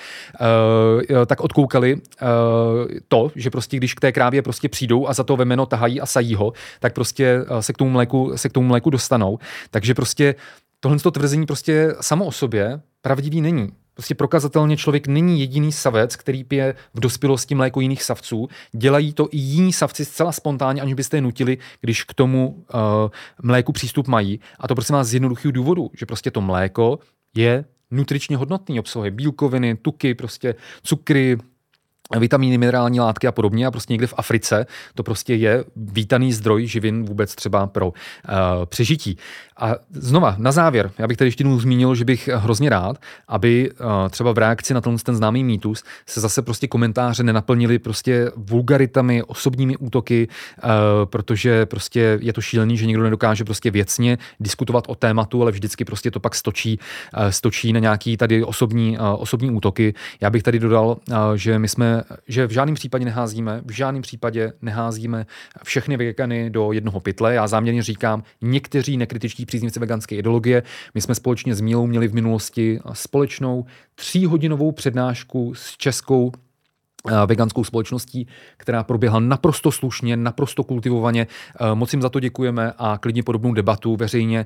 uh, tak odkoukali uh, to, že prostě když k té krávě prostě přijdou a za to vemeno tahají a sají ho, tak prostě uh, se k tomu mléku, se k tomu mléku dostanou. Takže prostě tohle tvrzení prostě samo o sobě pravdivý není. Prostě prokazatelně člověk není jediný savec, který pije v dospělosti mléko jiných savců. Dělají to i jiní savci zcela spontánně, aniž byste je nutili, když k tomu uh, mléku přístup mají. A to prosím vás z jednoduchého důvodu, že prostě to mléko je nutričně hodnotný, obsahuje bílkoviny, tuky, prostě cukry, vitamíny, minerální látky a podobně a prostě někde v Africe to prostě je vítaný zdroj živin vůbec třeba pro uh, přežití. A znova, na závěr, já bych tady ještě jednou zmínil, že bych hrozně rád, aby uh, třeba v reakci na ten, ten známý mýtus se zase prostě komentáře nenaplnili prostě vulgaritami, osobními útoky, uh, protože prostě je to šílený, že někdo nedokáže prostě věcně diskutovat o tématu, ale vždycky prostě to pak stočí, uh, stočí na nějaký tady osobní, uh, osobní útoky. Já bych tady dodal, uh, že my jsme jsme, že v žádném případě neházíme, v žádném případě neházíme všechny vegany do jednoho pytle. Já záměrně říkám, někteří nekritičtí příznivci veganské ideologie. My jsme společně s Mílou měli v minulosti společnou tříhodinovou přednášku s českou veganskou společností, která proběhla naprosto slušně, naprosto kultivovaně. Moc jim za to děkujeme a klidně podobnou debatu veřejně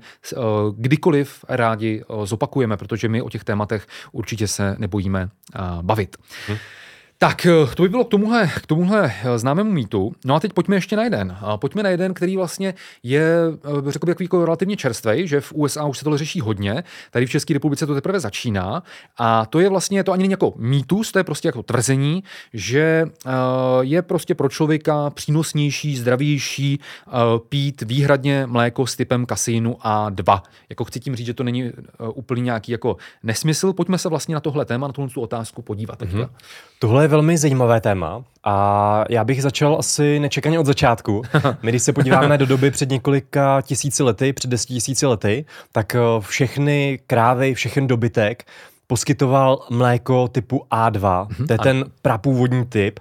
kdykoliv rádi zopakujeme, protože my o těch tématech určitě se nebojíme bavit. Hmm. Tak, to by bylo k tomuhle, k tomuhle známému mýtu. No a teď pojďme ještě na jeden. Pojďme na jeden, který vlastně je, řekl bych, jako relativně čerstvej, že v U S A už se tohle řeší hodně. Tady v České republice to teprve začíná. A to je vlastně, to ani není jako mýtus, to je prostě jako tvrzení, že je prostě pro člověka přínosnější, zdravější pít výhradně mléko s typem kaseinu A dva. Jako chci tím říct, že to není úplně nějaký jako nesmysl. Pojďme se vlastně na tohle téma, na tuhle otázku podívat. Mm-hmm. Tohle je velmi zajímavé téma a já bych začal asi nečekaně od začátku. My, když se podíváme do doby před několika tisíci lety, před deseti tisíci lety, tak všechny krávy, všechny dobytek poskytoval mléko typu A dva. Mm-hmm. To je ten prapůvodní typ.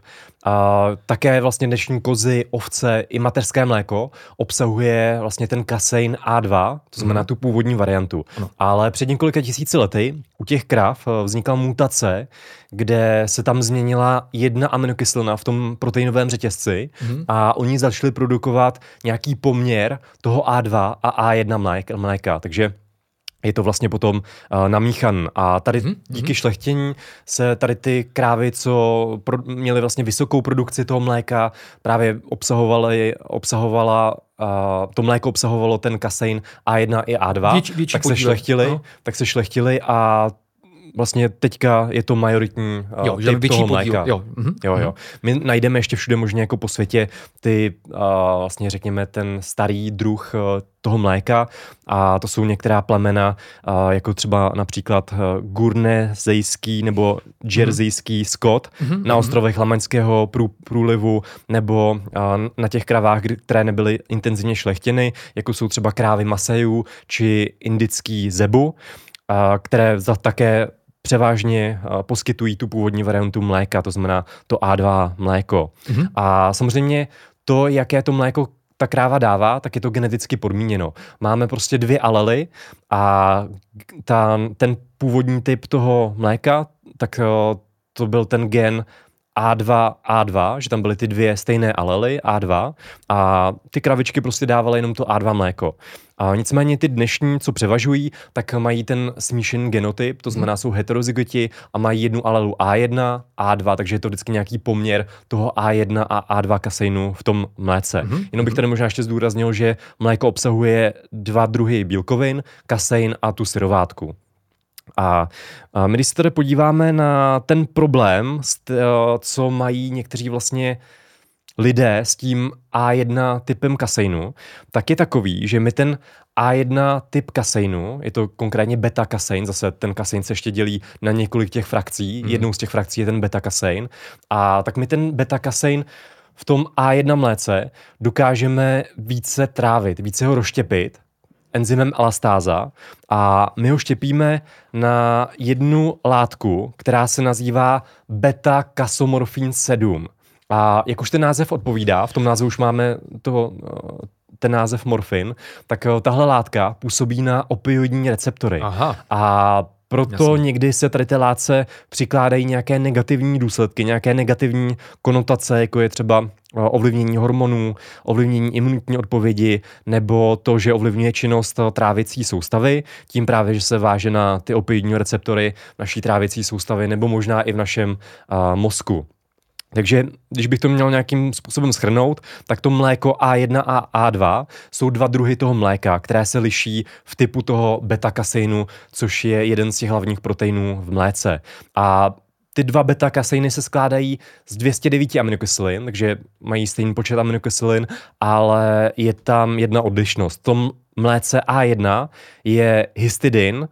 A také vlastně dnešní kozy, ovce i mateřské mléko obsahuje vlastně ten kasein A dva, to znamená mm. tu původní variantu. No. Ale před několika tisíci lety u těch krav vznikla mutace, kde se tam změnila jedna aminokyselina v tom proteinovém řetězci mm. a oni začali produkovat nějaký poměr toho A dva a A jedna mléka. mléka. Takže je to vlastně potom uh, namíchan. A tady mm-hmm. díky šlechtění se tady ty krávy, co pro, měly vlastně vysokou produkci toho mléka, právě obsahovaly, obsahovala, uh, to mléko obsahovalo ten kasein A jedna i A dva, Věč, větší tak podíl. se šlechtili, no. tak se šlechtili a vlastně teďka je to majoritní uh, jo, typ toho mléka. Jo. Mm-hmm. Jo, jo. My najdeme ještě všude možně jako po světě ty, uh, vlastně řekněme, ten starý druh uh, toho mléka a to jsou některá plemena, uh, jako třeba například uh, gurnezejský nebo jerseyský mm-hmm. skot mm-hmm. na ostrovech Lamaňského prů, průlivu nebo uh, na těch kravách, které nebyly intenzivně šlechtěny, jako jsou třeba krávy Masajů či indický zebu, uh, které za také převážně uh, poskytují tu původní variantu mléka, to znamená to A dva mléko. Mm-hmm. A samozřejmě to, jaké to mléko ta kráva dává, tak je to geneticky podmíněno. Máme prostě dvě alely a ta, ten původní typ toho mléka, tak uh, to byl ten gen A dva A dva, že tam byly ty dvě stejné alely A dva a ty kravičky prostě dávaly jenom to A dva mléko. A nicméně ty dnešní, co převažují, tak mají ten smíšený genotyp, to znamená jsou heterozygoti a mají jednu alelu A jedna, A dva, takže je to vždycky nějaký poměr toho A jedna a A dva kaseinu v tom mléce. Mm-hmm. Jenom bych tady možná ještě zdůraznil, že mléko obsahuje dva druhy bílkovin, kasein a tu syrovátku. A, a my když se tady podíváme na ten problém, co mají někteří vlastně lidé s tím A jedna typem kaseinu, tak je takový, že my ten A jedna typ kaseinu, je to konkrétně beta-kasein, zase ten kasein se ještě dělí na několik těch frakcí, mm. jednou z těch frakcí je ten beta-kasein, a tak my ten beta-kasein v tom A jedna mléce dokážeme více trávit, více ho rozštěpit enzymem elastáza a my ho štěpíme na jednu látku, která se nazývá beta-kasomorfin sedm. A jak už ten název odpovídá, v tom názvu už máme toho, ten název morfin, tak tahle látka působí na opioidní receptory. Aha. A proto Jasně. někdy se tady ty látce přikládají nějaké negativní důsledky, nějaké negativní konotace, jako je třeba ovlivnění hormonů, ovlivnění imunitní odpovědi, nebo to, že ovlivňuje činnost trávicí soustavy, tím právě, že se váže na ty opioidní receptory naší trávicí soustavy, nebo možná i v našem uh, mozku. Takže když bych to měl nějakým způsobem shrnout, tak to mléko A jedna a A dva jsou dva druhy toho mléka, které se liší v typu toho beta-kaseinu, což je jeden z těch hlavních proteinů v mléce. A ty dva beta-kaseiny se skládají z dvě stě devět aminokyselin, takže mají stejný počet aminokyselin, ale je tam jedna odlišnost. V tom mléce A jedna je histidin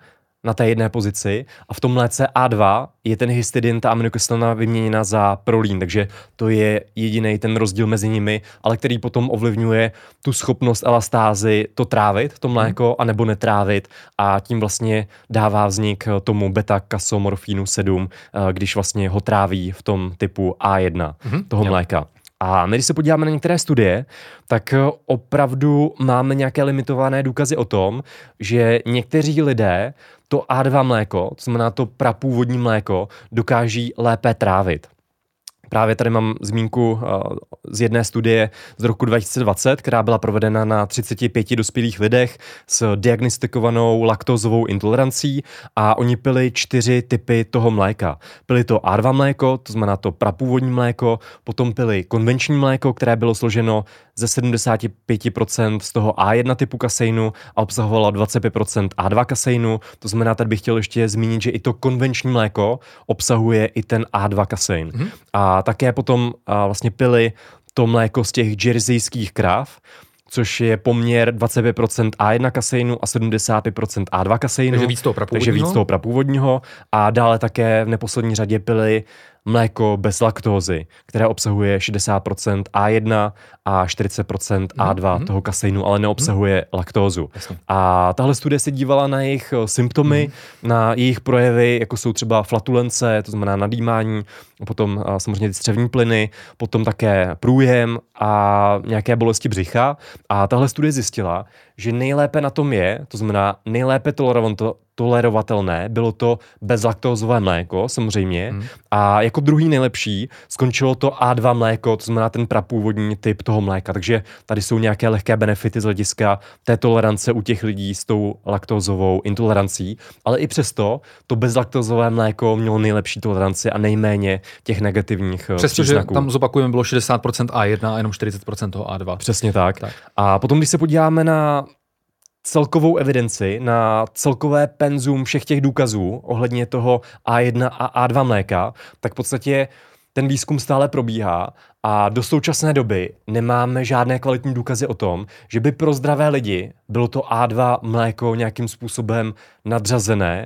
na té jedné pozici a v tom mléce A dva je ten histidin, ta aminokyselina vyměněna za prolín, takže to je jediný ten rozdíl mezi nimi, ale který potom ovlivňuje tu schopnost elastázy to trávit, to mléko, hmm. anebo netrávit a tím vlastně dává vznik tomu beta-kasomorfínu sedm, když vlastně ho tráví v tom typu A jedna hmm. toho mléka. A když se podíváme na některé studie, tak opravdu máme nějaké limitované důkazy o tom, že někteří lidé to A dva mléko, to znamená to prapůvodní mléko, dokáží lépe trávit. Právě tady mám zmínku z jedné studie z roku dva tisíce dvacet, která byla provedena na třiceti pěti dospělých lidech s diagnostikovanou laktózovou intolerancí a oni pili čtyři typy toho mléka. Pili to A dva mléko, to znamená to prapůvodní mléko, potom pili konvenční mléko, které bylo složeno ze sedmdesát pět procent z toho A jedna typu kaseinu a obsahovalo dvacet pět procent A dva kaseinu. To znamená, tady bych chtěl ještě zmínit, že i to konvenční mléko obsahuje i ten A dva kasein. Mm-hmm. A také potom a vlastně pili to mléko z těch jerseyských krav, což je poměr dvacet pět procent A jedna kaseinu a sedmdesát pět procent A dva kaseinu. Takže víc toho prapůvodního. Takže víc toho prapůvodního. A dále také v neposlední řadě pili mléko bez laktózy, které obsahuje šedesát procent A jedna a čtyřicet procent A dva mm. toho kaseinu, ale neobsahuje mm. laktózu. Jasně. A tahle studie se dívala na jejich symptomy, mm. na jejich projevy, jako jsou třeba flatulence, to znamená nadýmání, potom samozřejmě ty střevní plyny, potom také průjem a nějaké bolesti břicha. A tahle studie zjistila, že nejlépe na tom je, to znamená nejlépe tolerovatelné, bylo to bezlaktózové mléko, samozřejmě. Hmm. A jako druhý nejlepší skončilo to A dva mléko, to znamená ten prapůvodní typ toho mléka. Takže tady jsou nějaké lehké benefity z hlediska té tolerance u těch lidí s tou laktózovou intolerancí, ale i přesto to bezlaktózové mléko mělo nejlepší toleranci a nejméně těch negativních Přesto, příznaků. Že tam zopakujeme, bylo šedesát procent A jedna a jenom čtyřicet procent toho A dva. Přesně tak. tak. A potom, když se podíváme na celkovou evidenci, na celkové penzum všech těch důkazů ohledně toho A jedna a A dva mléka, tak v podstatě ten výzkum stále probíhá a do současné doby nemáme žádné kvalitní důkazy o tom, že by pro zdravé lidi bylo to A dva mléko nějakým způsobem nadřazené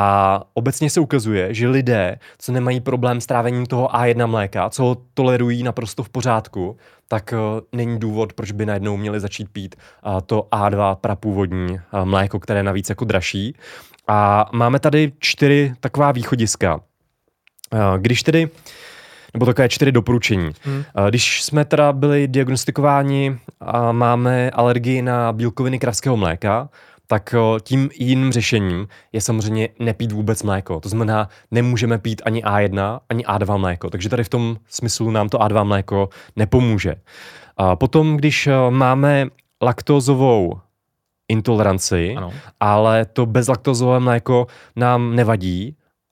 a obecně se ukazuje, že lidé, co nemají problém s trávením toho A jedna mléka, co ho tolerují naprosto v pořádku, tak uh, není důvod, proč by najednou měli začít pít uh, to A dva prapůvodní uh, mléko, které je navíc jako dražší. A máme tady čtyři taková východiska. Uh, když tedy nebo takové čtyři doporučení. Hmm. Když jsme teda byli diagnostikováni a máme alergii na bílkoviny kravského mléka, tak tím jiným řešením je samozřejmě nepít vůbec mléko. To znamená, nemůžeme pít ani A jedna, ani A dva mléko. Takže tady v tom smyslu nám to A dva mléko nepomůže. A potom, když máme laktózovou intoleranci, ano. ale to bezlaktózové mléko nám nevadí,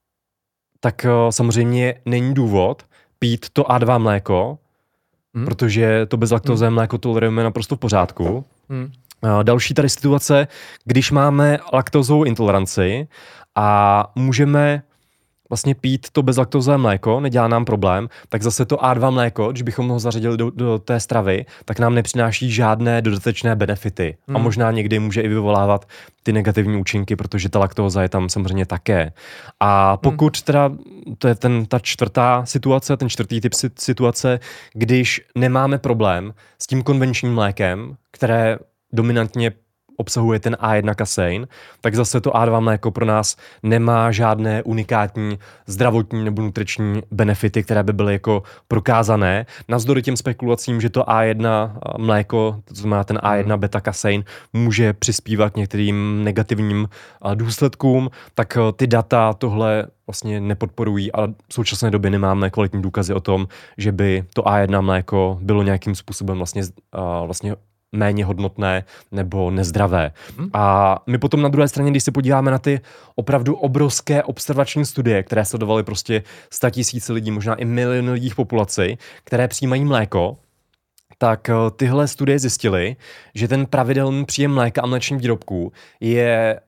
tak samozřejmě není důvod pít to A dva mléko, hmm. protože to bezlaktózové hmm. mléko tolerujeme naprosto v pořádku. Hmm. Další tady situace, když máme laktózovou intoleranci a můžeme vlastně pít to bezlaktózové mléko, nedělá nám problém, tak zase to A dva mléko, když bychom ho zařadili do, do té stravy, tak nám nepřináší žádné dodatečné benefity. Hmm. A možná někdy může i vyvolávat ty negativní účinky, protože ta laktóza je tam samozřejmě také. A pokud teda, to je ten, ta čtvrtá situace, ten čtvrtý typ situace, když nemáme problém s tím konvenčním mlékem, které dominantně obsahuje ten A jedna kasein, tak zase to A dva mléko pro nás nemá žádné unikátní zdravotní nebo nutriční benefity, které by byly jako prokázané. Navzdory těm spekulacím, že to A jedna mléko, to znamená ten A jedna beta kasein, může přispívat k některým negativním důsledkům, tak ty data tohle vlastně nepodporují a v současné době nemáme kvalitní důkazy o tom, že by to A jedna mléko bylo nějakým způsobem vlastně, vlastně méně hodnotné nebo nezdravé. Hmm. A my potom na druhé straně, když se podíváme na ty opravdu obrovské observační studie, které sledovaly prostě statisíce lidí, možná i miliony lidí v populaci, které přijímají mléko, tak tyhle studie zjistily, že ten pravidelný příjem mléka a mléčných výrobků je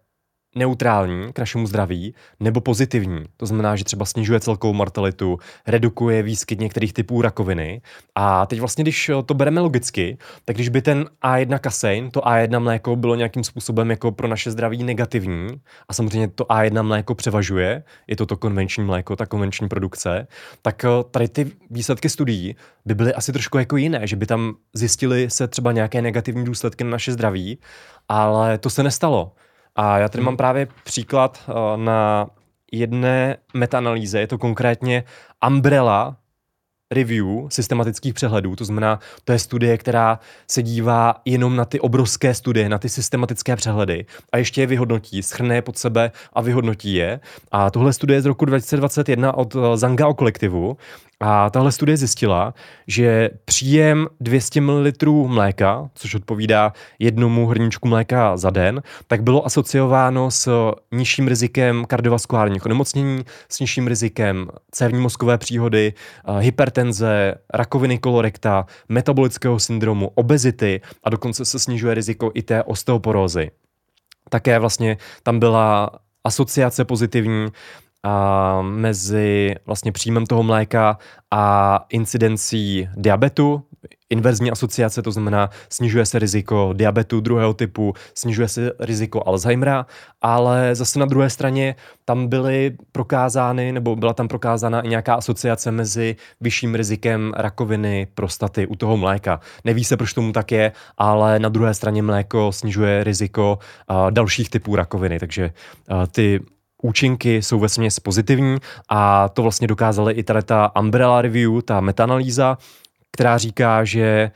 neutrální k našemu zdraví, nebo pozitivní. To znamená, že třeba snižuje celkovou mortalitu, redukuje výskyt některých typů rakoviny. A teď vlastně, když to bereme logicky, tak když by ten A jedna kasein, to A jedna mléko bylo nějakým způsobem jako pro naše zdraví negativní, a samozřejmě to A jedna mléko převažuje, je to to konvenční mléko, ta konvenční produkce, tak tady ty výsledky studií by byly asi trošku jako jiné, že by tam zjistili se třeba nějaké negativní důsledky na naše zdraví, ale to se nestalo. A já tady mám právě příklad uh, na jedné metaanalýze, je to konkrétně Umbrella Review systematických přehledů, to znamená, to je studie, která se dívá jenom na ty obrovské studie, na ty systematické přehledy a ještě je vyhodnotí, shrne je pod sebe a vyhodnotí je. A tohle studie je z roku dva tisíce dvacet jedna od Zhangao kolektivu. A tahle studie zjistila, že příjem dvě stě mililitrů mléka, což odpovídá jednomu hrníčku mléka za den, tak bylo asociováno s nižším rizikem kardiovaskulárních onemocnění, s nižším rizikem cévní mozkové příhody, hypertenze, rakoviny kolorekta, metabolického syndromu, obezity a dokonce se snižuje riziko i té osteoporózy. Také vlastně tam byla asociace pozitivní a mezi vlastně příjmem toho mléka a incidencí diabetu, inverzní asociace, to znamená snižuje se riziko diabetu druhého typu, snižuje se riziko Alzheimera, ale zase na druhé straně tam byly prokázány, nebo byla tam prokázána i nějaká asociace mezi vyšším rizikem rakoviny prostaty u toho mléka. Neví se, proč tomu tak je, ale na druhé straně mléko snižuje riziko uh, dalších typů rakoviny, takže uh, ty účinky jsou vesměs pozitivní a to vlastně dokázala i tady ta Umbrella Review, ta metaanalýza, která říká, že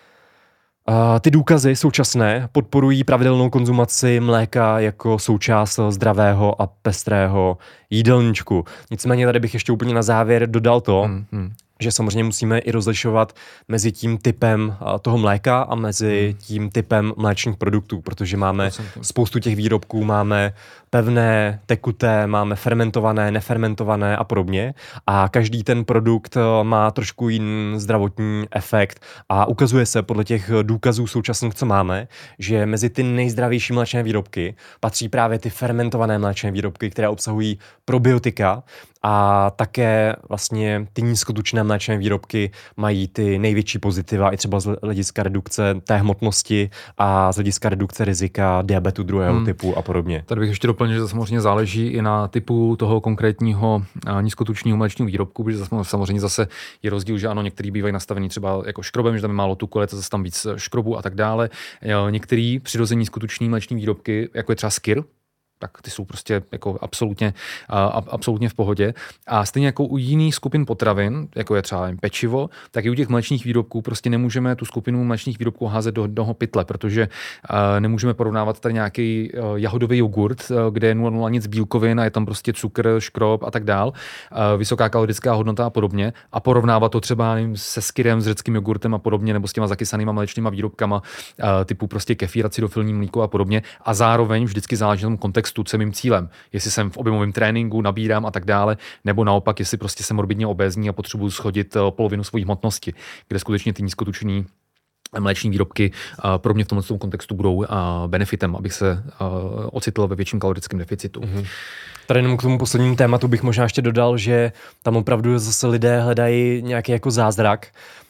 uh, ty důkazy současné podporují pravidelnou konzumaci mléka jako součást zdravého a pestrého jídelníčku. Nicméně tady bych ještě úplně na závěr dodal to, hmm, hmm. že samozřejmě musíme i rozlišovat mezi tím typem toho mléka a mezi tím typem mléčných produktů, protože máme spoustu těch výrobků, máme pevné, tekuté, máme fermentované, nefermentované a podobně a každý ten produkt má trošku jiný zdravotní efekt a ukazuje se podle těch důkazů současných, co máme, že mezi ty nejzdravější mléčné výrobky patří právě ty fermentované mléčné výrobky, které obsahují probiotika a také vlastně ty nízkotučné mléčné výrobky mají ty největší pozitiva i třeba z hlediska redukce té hmotnosti a z hlediska redukce rizika diabetu druhého hmm. typu a podobně. Tady bych ještě doplnil, že to samozřejmě záleží i na typu toho konkrétního nízkotučního mléčného výrobku, protože samozřejmě zase je rozdíl, že ano, některý bývají nastavení třeba jako škrobem, že tam je málo tuku, ale to zase tam víc škrobu a tak dále. Některý přirozený nízkotuční mléčné výrobky, jako je třeba skyr, tak ty jsou prostě jako absolutně, uh, absolutně v pohodě. A stejně jako u jiných skupin potravin, jako je třeba pečivo, tak i u těch mléčných výrobků prostě nemůžeme tu skupinu mléčných výrobků házet do jednoho pytle, protože uh, nemůžeme porovnávat tady nějaký uh, jahodový jogurt, uh, kde je nula celá nula nic bílkovin a je tam prostě cukr, škrob a tak dál, uh, vysoká kalorická hodnota a podobně a porovnávat to třeba nevím, se skyrem, s řeckým jogurtem a podobně, nebo s těma zakysanýma mléčnýma výrobkama uh, typu prostě kefír, acidofilní mlíko a podobně. A zároveň vždycky záleží na tom kontextu, co je mým cílem. Jestli jsem v objemovém tréninku, nabírám a tak dále, nebo naopak, jestli prostě jsem morbidně obézní a potřebuji schodit polovinu své hmotnosti, kde skutečně ty nízkotučné mléční výrobky uh, pro mě v tomto kontextu budou uh, benefitem, abych se uh, ocitl ve větším kalorickém deficitu. Mm-hmm. Tady jenom k tomu poslednímu tématu bych možná ještě dodal, že tam opravdu zase lidé hledají nějaký jako zázrak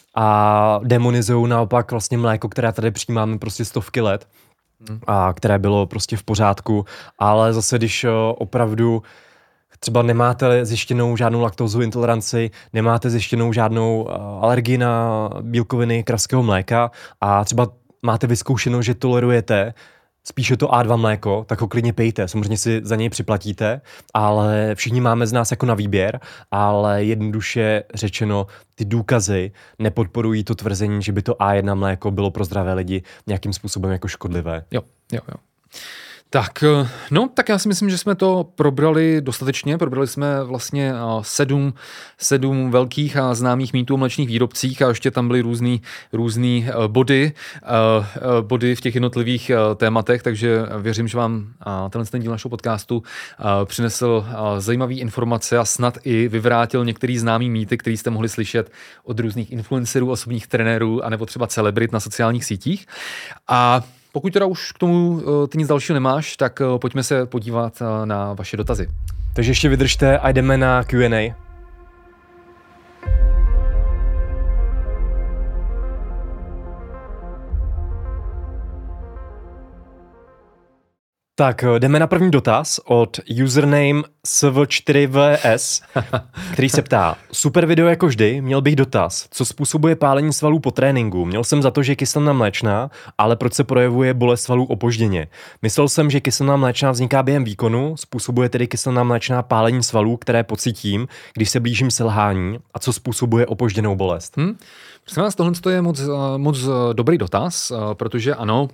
a demonizují naopak vlastně mléko, které tady přijímáme prostě stovky let. A které bylo prostě v pořádku, ale zase když opravdu třeba nemáte zjištěnou žádnou laktózu intoleranci, nemáte zjištěnou žádnou alergii na bílkoviny kravského mléka a třeba máte vyzkoušeno, že tolerujete spíše to á dva mléko, tak ho klidně pejte. Samozřejmě si za něj připlatíte, ale všichni máme z nás jako na výběr, ale jednoduše řečeno, ty důkazy nepodporují to tvrzení, že by to á jedna mléko bylo pro zdravé lidi nějakým způsobem jako škodlivé. Jo, jo, jo. Tak, no, tak já si myslím, že jsme to probrali dostatečně. Probrali jsme vlastně sedm, sedm velkých a známých mýtů o mléčných výrobcích a ještě tam byly různý, různý body, body v těch jednotlivých tématech, takže věřím, že vám tenhle ten díl našeho podcastu přinesl zajímavé informace a snad i vyvrátil některý známý mýty, který jste mohli slyšet od různých influencerů, osobních trenérů anebo třeba celebrit na sociálních sítích. A pokud teda už k tomu ty nic dalšího nemáš, tak pojďme se podívat na vaše dotazy. Takže ještě vydržte a jdeme na Q and A. Tak, jdeme na první dotaz od username S V čtyři V S, který se ptá: super video jako vždy, měl bych dotaz. Co způsobuje pálení svalů po tréninku? Měl jsem za to, že kyselina mléčná, ale proč se projevuje bolest svalů opožděně? Myslel jsem, že kyselina mléčná vzniká během výkonu, způsobuje tedy kyselina mléčná pálení svalů, které pocítím, když se blížím selhání, a co způsobuje opožděnou bolest? Hmm. Prosím vás, tohle je moc, moc dobrý dotaz, protože ano,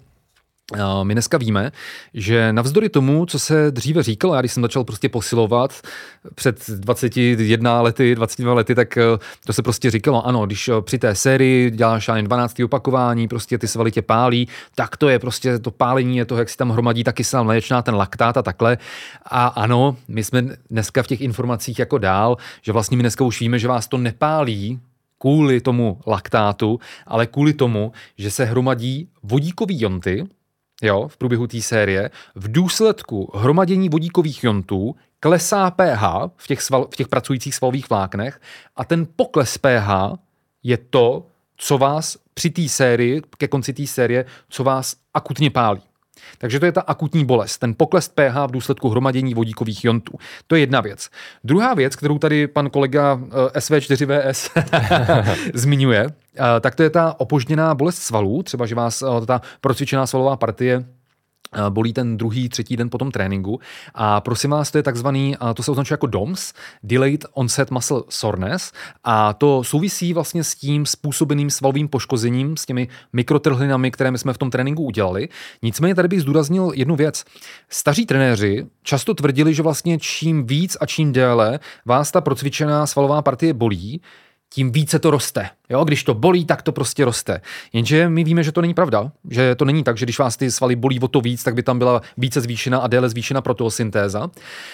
my dneska víme, že navzdory tomu, co se dříve říkalo, já když jsem začal prostě posilovat před dvaceti jedné lety, dvaceti dvěma lety, tak to se prostě říkalo, ano, když při té sérii děláš jen dvanácté opakování, prostě ty svaly tě pálí, tak to je prostě to pálení, je to, jak si tam hromadí ta kyselina mléčná, ten laktát a takhle. A ano, my jsme dneska v těch informacích jako dál, že vlastně my dneska už víme, že vás to nepálí kvůli tomu laktátu, ale kvůli tomu, že se hromadí vodíkový jonty, jo, v průběhu té série, v důsledku hromadění vodíkových jontů klesá pH v těch, sval, v těch pracujících svalových vláknech a ten pokles pH je to, co vás při té sérii, ke konci té série, co vás akutně pálí. Takže to je ta akutní bolest, ten pokles pH v důsledku hromadění vodíkových jontů. To je jedna věc. Druhá věc, kterou tady pan kolega S V čtyři V S zmiňuje, tak to je ta opožděná bolest svalů, třeba že vás ta procvičená svalová partie bolí ten druhý, třetí den po tom tréninku. A prosím vás, to je takzvaný, to se označuje jako D O M S, Delayed Onset Muscle Soreness, a to souvisí vlastně s tím způsobeným svalovým poškozením, s těmi mikrotrhlinami, které my jsme v tom tréninku udělali. Nicméně tady bych zdůraznil jednu věc. Staří trenéři často tvrdili, že vlastně čím víc a čím déle vás ta procvičená svalová partie bolí, tím více to roste. Jo? Když to bolí, tak to prostě roste. Jenže my víme, že to není pravda. Že to není tak, že když vás ty svaly bolí o to víc, tak by tam byla více zvýšena a déle zvýšena proteosyntéza.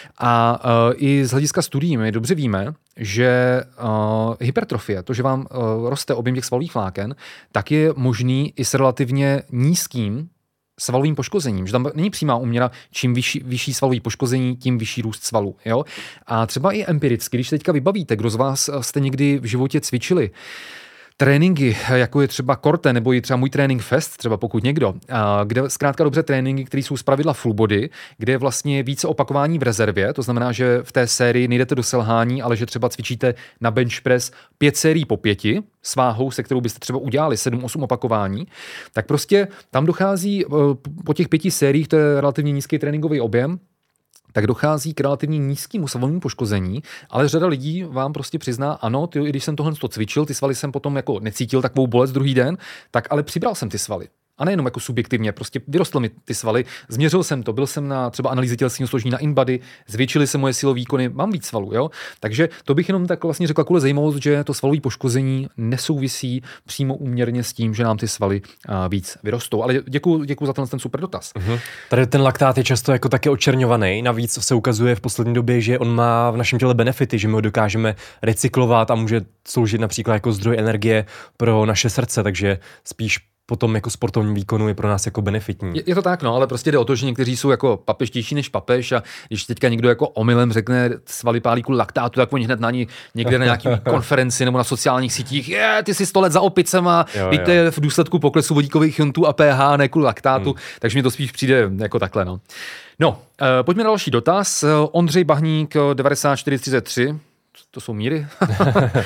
A uh, i z hlediska studií my dobře víme, že uh, hypertrofie, to, že vám uh, roste objem těch svalových vláken, tak je možný i s relativně nízkým svalovým poškozením, že tam není přímá úměra, čím vyšší, vyšší svalový poškození, tím vyšší růst svalů. Jo? A třeba i empiricky, když teďka vybavíte, kdo z vás jste někdy v životě cvičili tréninky, jako je třeba Korte, nebo i třeba můj trénink Fest, třeba pokud někdo, kde zkrátka dobře tréninky, které jsou zpravidla full body, kde je vlastně více opakování v rezervě, to znamená, že v té sérii nejdete do selhání, ale že třeba cvičíte na bench press pět sérií po pěti, s váhou, se kterou byste třeba udělali sedm osm opakování, tak prostě tam dochází po těch pěti sériích, to je relativně nízký tréninkový objem, tak dochází k relativně nízkému svalovému poškození, ale řada lidí vám prostě přizná, ano, ty, i když jsem tohle to cvičil, ty svaly jsem potom jako necítil takovou bolest druhý den, tak ale přibral jsem ty svaly. A nejenom jako subjektivně, prostě vyrostly mi ty svaly, změřil jsem to, byl jsem na třeba analýze tělesního složení na InBody, zvětšily se moje silové výkony, mám víc svalů, jo? Takže to bych jenom tak vlastně řekla kvůli zajímavost, že to svalové poškození nesouvisí přímo úměrně s tím, že nám ty svaly uh, víc vyrostou. Ale děkuji děkuji za ten, ten super dotaz. Uh-huh. Tady ten laktát je často jako taky očerňovaný, navíc se ukazuje v poslední době, že on má v našem těle benefity, že my ho dokážeme recyklovat a může sloužit například jako zdroj energie pro naše srdce, takže spíš potom jako sportovní výkonu je pro nás jako benefitní. Je, je to tak, no, ale prostě jde o to, že někteří jsou jako papeštější než papež a když teďka někdo jako omylem řekne svaly pálí kvůli laktátu, tak oni hned na ní někde na nějaký konferenci nebo na sociálních sítích, je, ty jsi sto let za opicema, víte, v důsledku poklesu vodíkových jontů a pH, ne kvůli laktátu, hmm. takže mi to spíš přijde jako takhle, no. No, uh, pojďme na další dotaz. Ondřej Bahník devadesát čtyři třicet tři, to jsou míry, uh,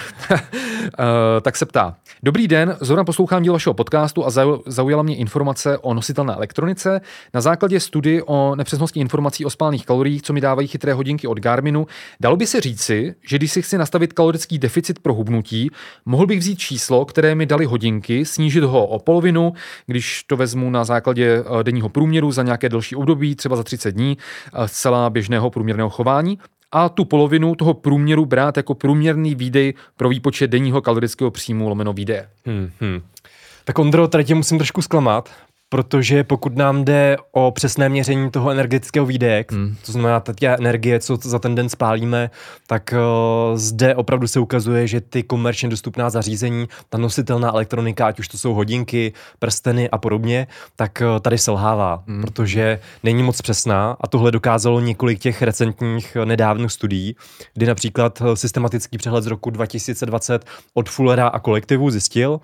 tak se ptá. Dobrý den, zrovna poslouchám díl vašeho podcastu a zaujala mě informace o nositelné elektronice. Na základě studii o nepřesnosti informací o spálných kaloriích, co mi dávají chytré hodinky od Garminu, dalo by se říci, že když si chci nastavit kalorický deficit pro hubnutí, mohl bych vzít číslo, které mi dali hodinky, snížit ho o polovinu, když to vezmu na základě denního průměru za nějaké delší období, třeba za třicet dní, zcela běžného průměrného chování, a tu polovinu toho průměru brát jako průměrný výdej pro výpočet denního kalorického příjmu lomeno výdeje. Hmm, hmm. Tak Ondro, tady tě musím trošku zklamat, protože pokud nám jde o přesné měření toho energetického výdeje, hmm. to znamená ta energie, co za ten den spálíme, tak uh, zde opravdu se ukazuje, že ty komerčně dostupná zařízení, ta nositelná elektronika, ať už to jsou hodinky, prsteny a podobně, tak uh, tady selhává, hmm. protože není moc přesná a tohle dokázalo několik těch recentních nedávných studií, kdy například systematický přehled z roku dva tisíce dvacet od Fullera a kolektivu zjistil,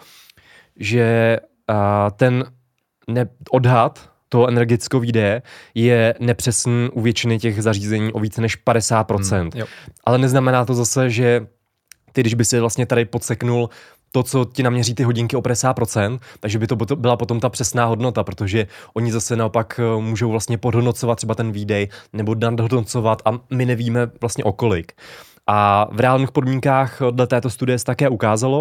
že uh, ten ne- odhad toho energetického výdeje je nepřesný u většiny těch zařízení o více než padesát procent. Hmm, Ale neznamená to zase, že ty, když by si vlastně tady podseknul to, co ti naměří ty hodinky o padesát procent, takže by to byla potom ta přesná hodnota, protože oni zase naopak můžou vlastně podhodnocovat třeba ten výdej nebo nadhodnocovat a my nevíme vlastně o kolik. A v reálných podmínkách dle této studie se také ukázalo,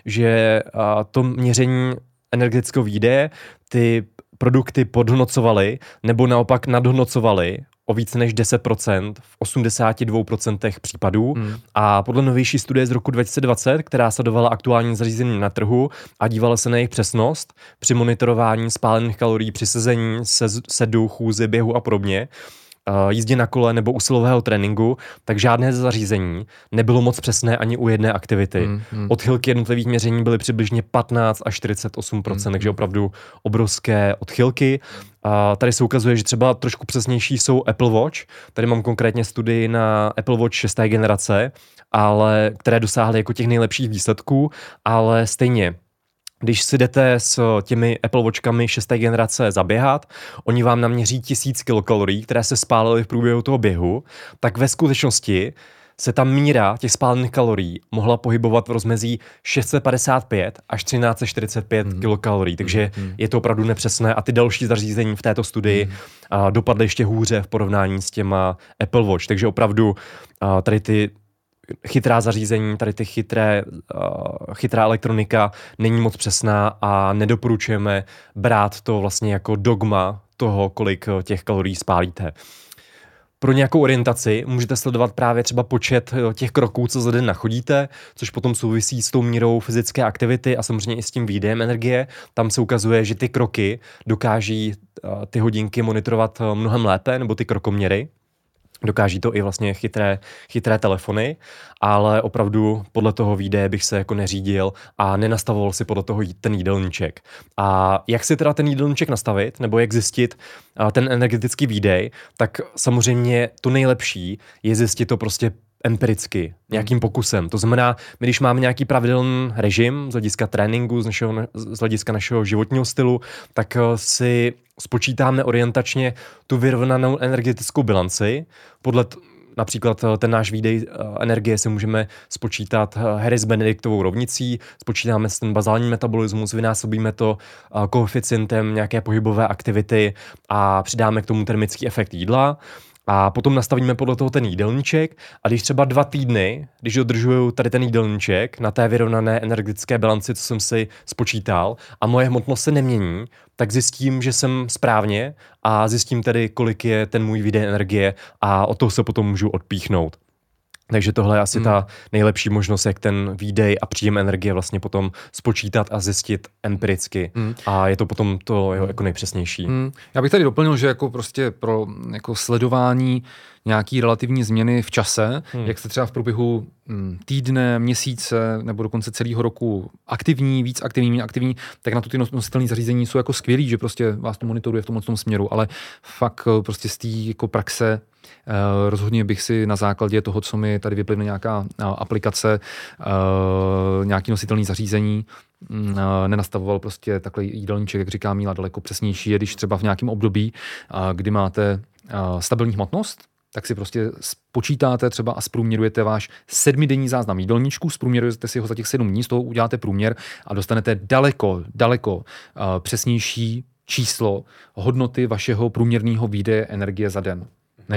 že to měření energetického výdeje ty produkty podhodnocovaly nebo naopak nadhodnocovaly o více než deset procent v osmdesát dva procent případů. Hmm. A podle novější studie z roku dva tisíce dvacet, která sledovala aktuální zařízení na trhu a dívala se na jejich přesnost při monitorování spálených kalorií při sezení, sedu, chůzi, běhu a podobně, jízdě na kole nebo usilového tréninku, tak žádné zařízení nebylo moc přesné ani u jedné aktivity. Hmm, hmm. Odchylky jednotlivých měření byly přibližně patnáct až čtyřicet osm procent, hmm, takže opravdu obrovské odchylky. A tady se ukazuje, že třeba trošku přesnější jsou Apple Watch. Tady mám konkrétně studii na Apple Watch šesté generace, ale které dosáhly jako těch nejlepších výsledků, ale stejně když si jdete s těmi Apple Watchkami šesté generace zaběhat, oni vám naměří tisíc kilokalorií, které se spálily v průběhu toho běhu, tak ve skutečnosti se ta míra těch spálených kalorií mohla pohybovat v rozmezí šest set padesát pět až třináct set čtyřicet pět mm. kilokalorií, takže mm. je to opravdu nepřesné a ty další zařízení v této studii mm. a, dopadly ještě hůře v porovnání s těma Apple Watch, takže opravdu a, tady ty chytrá zařízení, tady ty chytré, uh, chytrá elektronika není moc přesná a nedoporučujeme brát to vlastně jako dogma toho, kolik těch kalorií spálíte. Pro nějakou orientaci můžete sledovat právě třeba počet těch kroků, co za den nachodíte, což potom souvisí s tou mírou fyzické aktivity a samozřejmě i s tím výdejem energie. Tam se ukazuje, že ty kroky dokáží uh, ty hodinky monitorovat mnohem lépe, nebo ty krokoměry. Dokáží to i vlastně chytré, chytré telefony, ale opravdu podle toho výdeje bych se jako neřídil a nenastavoval si podle toho ten jídelníček. A jak si teda ten jídelníček nastavit, nebo jak zjistit ten energetický výdej, tak samozřejmě to nejlepší je zjistit to prostě empiricky, nějakým pokusem. To znamená, my když máme nějaký pravidelný režim z hlediska tréninku, z, našeho, z hlediska našeho životního stylu, tak si spočítáme orientačně tu vyrovnanou energetickou bilanci. Podle t- například ten náš výdej energie si můžeme spočítat Harris-Benediktovou rovnicí, spočítáme si ten bazální metabolismus, vynásobíme to koeficientem nějaké pohybové aktivity a přidáme k tomu termický efekt jídla. A potom nastavíme podle toho ten jídelníček a když třeba dva týdny, když dodržuju tady ten jídelníček na té vyrovnané energetické bilanci, co jsem si spočítal a moje hmotnost se nemění, tak zjistím, že jsem správně a zjistím tedy, kolik je ten můj výdej energie a od toho se potom můžu odpíchnout. Takže tohle je asi hmm. ta nejlepší možnost, jak ten výdej a příjem energie vlastně potom spočítat a zjistit empiricky. Hmm. A je to potom to jeho jako nejpřesnější. Hmm. Já bych tady doplnil, že jako prostě pro jako sledování nějaký relativní změny v čase, hmm. jak jste třeba v průběhu týdne, měsíce nebo dokonce celého roku aktivní, víc aktivní, méně aktivní, tak na to ty nositelné zařízení jsou jako skvělý, že prostě vás to monitoruje v tom, v tom směru, ale fakt prostě z té jako praxe Uh, rozhodně bych si na základě toho, co mi tady vyplyne nějaká uh, aplikace, uh, nějaký nositelný zařízení, uh, nenastavoval prostě takhle jídelníček, jak říká Míla, daleko přesnější je, když třeba v nějakém období, uh, kdy máte uh, stabilní hmotnost, tak si prostě spočítáte třeba a zprůměrujete váš sedmidenní záznam jídelníčku, zprůměrujete si ho za těch sedm dní, z toho uděláte průměr a dostanete daleko, daleko uh, přesnější číslo hodnoty vašeho průměrného výdeje energie za den, než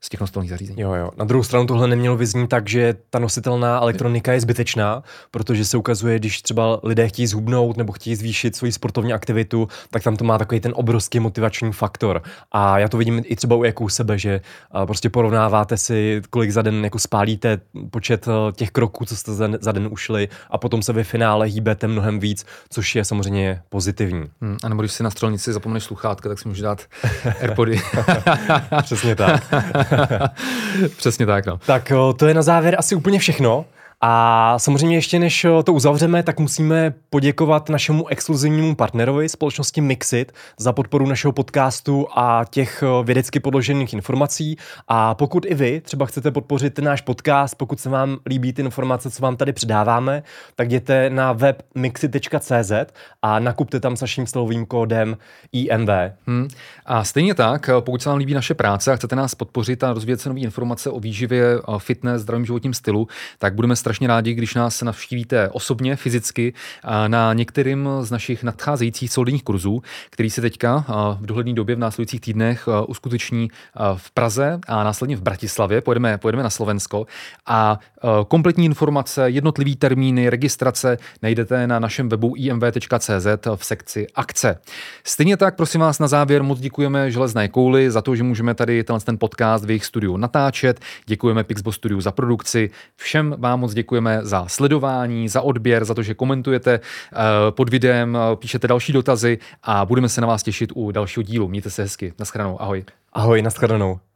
z těch nostolních zařízení. Jo, jo. Na druhou stranu tohle nemělo vyznít tak, že ta nositelná elektronika je zbytečná, protože se ukazuje, když třeba lidé chtějí zhubnout nebo chtějí zvýšit svoji sportovní aktivitu, tak tam to má takový ten obrovský motivační faktor. A já to vidím i třeba u jako u sebe, že prostě porovnáváte si, kolik za den jako spálíte, počet těch kroků, co jste za den ušli, a potom se ve finále hýbete mnohem víc, což je samozřejmě pozitivní. Hmm, a nebo když si na střelnici zapomeneš sluchátka, tak si můžeš dát AirPody. Přesně tak. Přesně tak, no. Tak to je na závěr asi úplně všechno. A samozřejmě ještě než to uzavřeme, tak musíme poděkovat našemu exkluzivnímu partnerovi, společnosti Mixit, za podporu našeho podcastu a těch vědecky podložených informací. A pokud i vy třeba chcete podpořit ten náš podcast, pokud se vám líbí ty informace, co vám tady předáváme, tak jděte na web mixit tečka cé zet a nakupte tam s naším slovým kódem I M V. Hmm. A stejně tak, pokud se vám líbí naše práce a chcete nás podpořit a rozvíjet se nové informace o výživě, fitness, zdravém životním stylu, tak budeme strašně rádi, když nás navštívíte osobně, fyzicky na některým z našich nadcházejících celodenních kurzů, který se teďka v dohledné době v následujících týdnech uskuteční v Praze a následně v Bratislavě. Pojedeme, pojedeme na Slovensko a kompletní informace, jednotlivý termíny, registrace najdete na našem webu I M V tečka cé zet v sekci akce. Stejně tak, prosím vás, na závěr moc děkujeme Železné kouli za to, že můžeme tady ten podcast v jejich studiu natáčet. Děkujeme Pixbo Studiu za produkci. Všem vám moc děkujeme za sledování, za odběr, za to, že komentujete pod videem, píšete další dotazy a budeme se na vás těšit u dalšího dílu. Mějte se hezky. Naschledanou. Ahoj. Ahoj, naschledanou.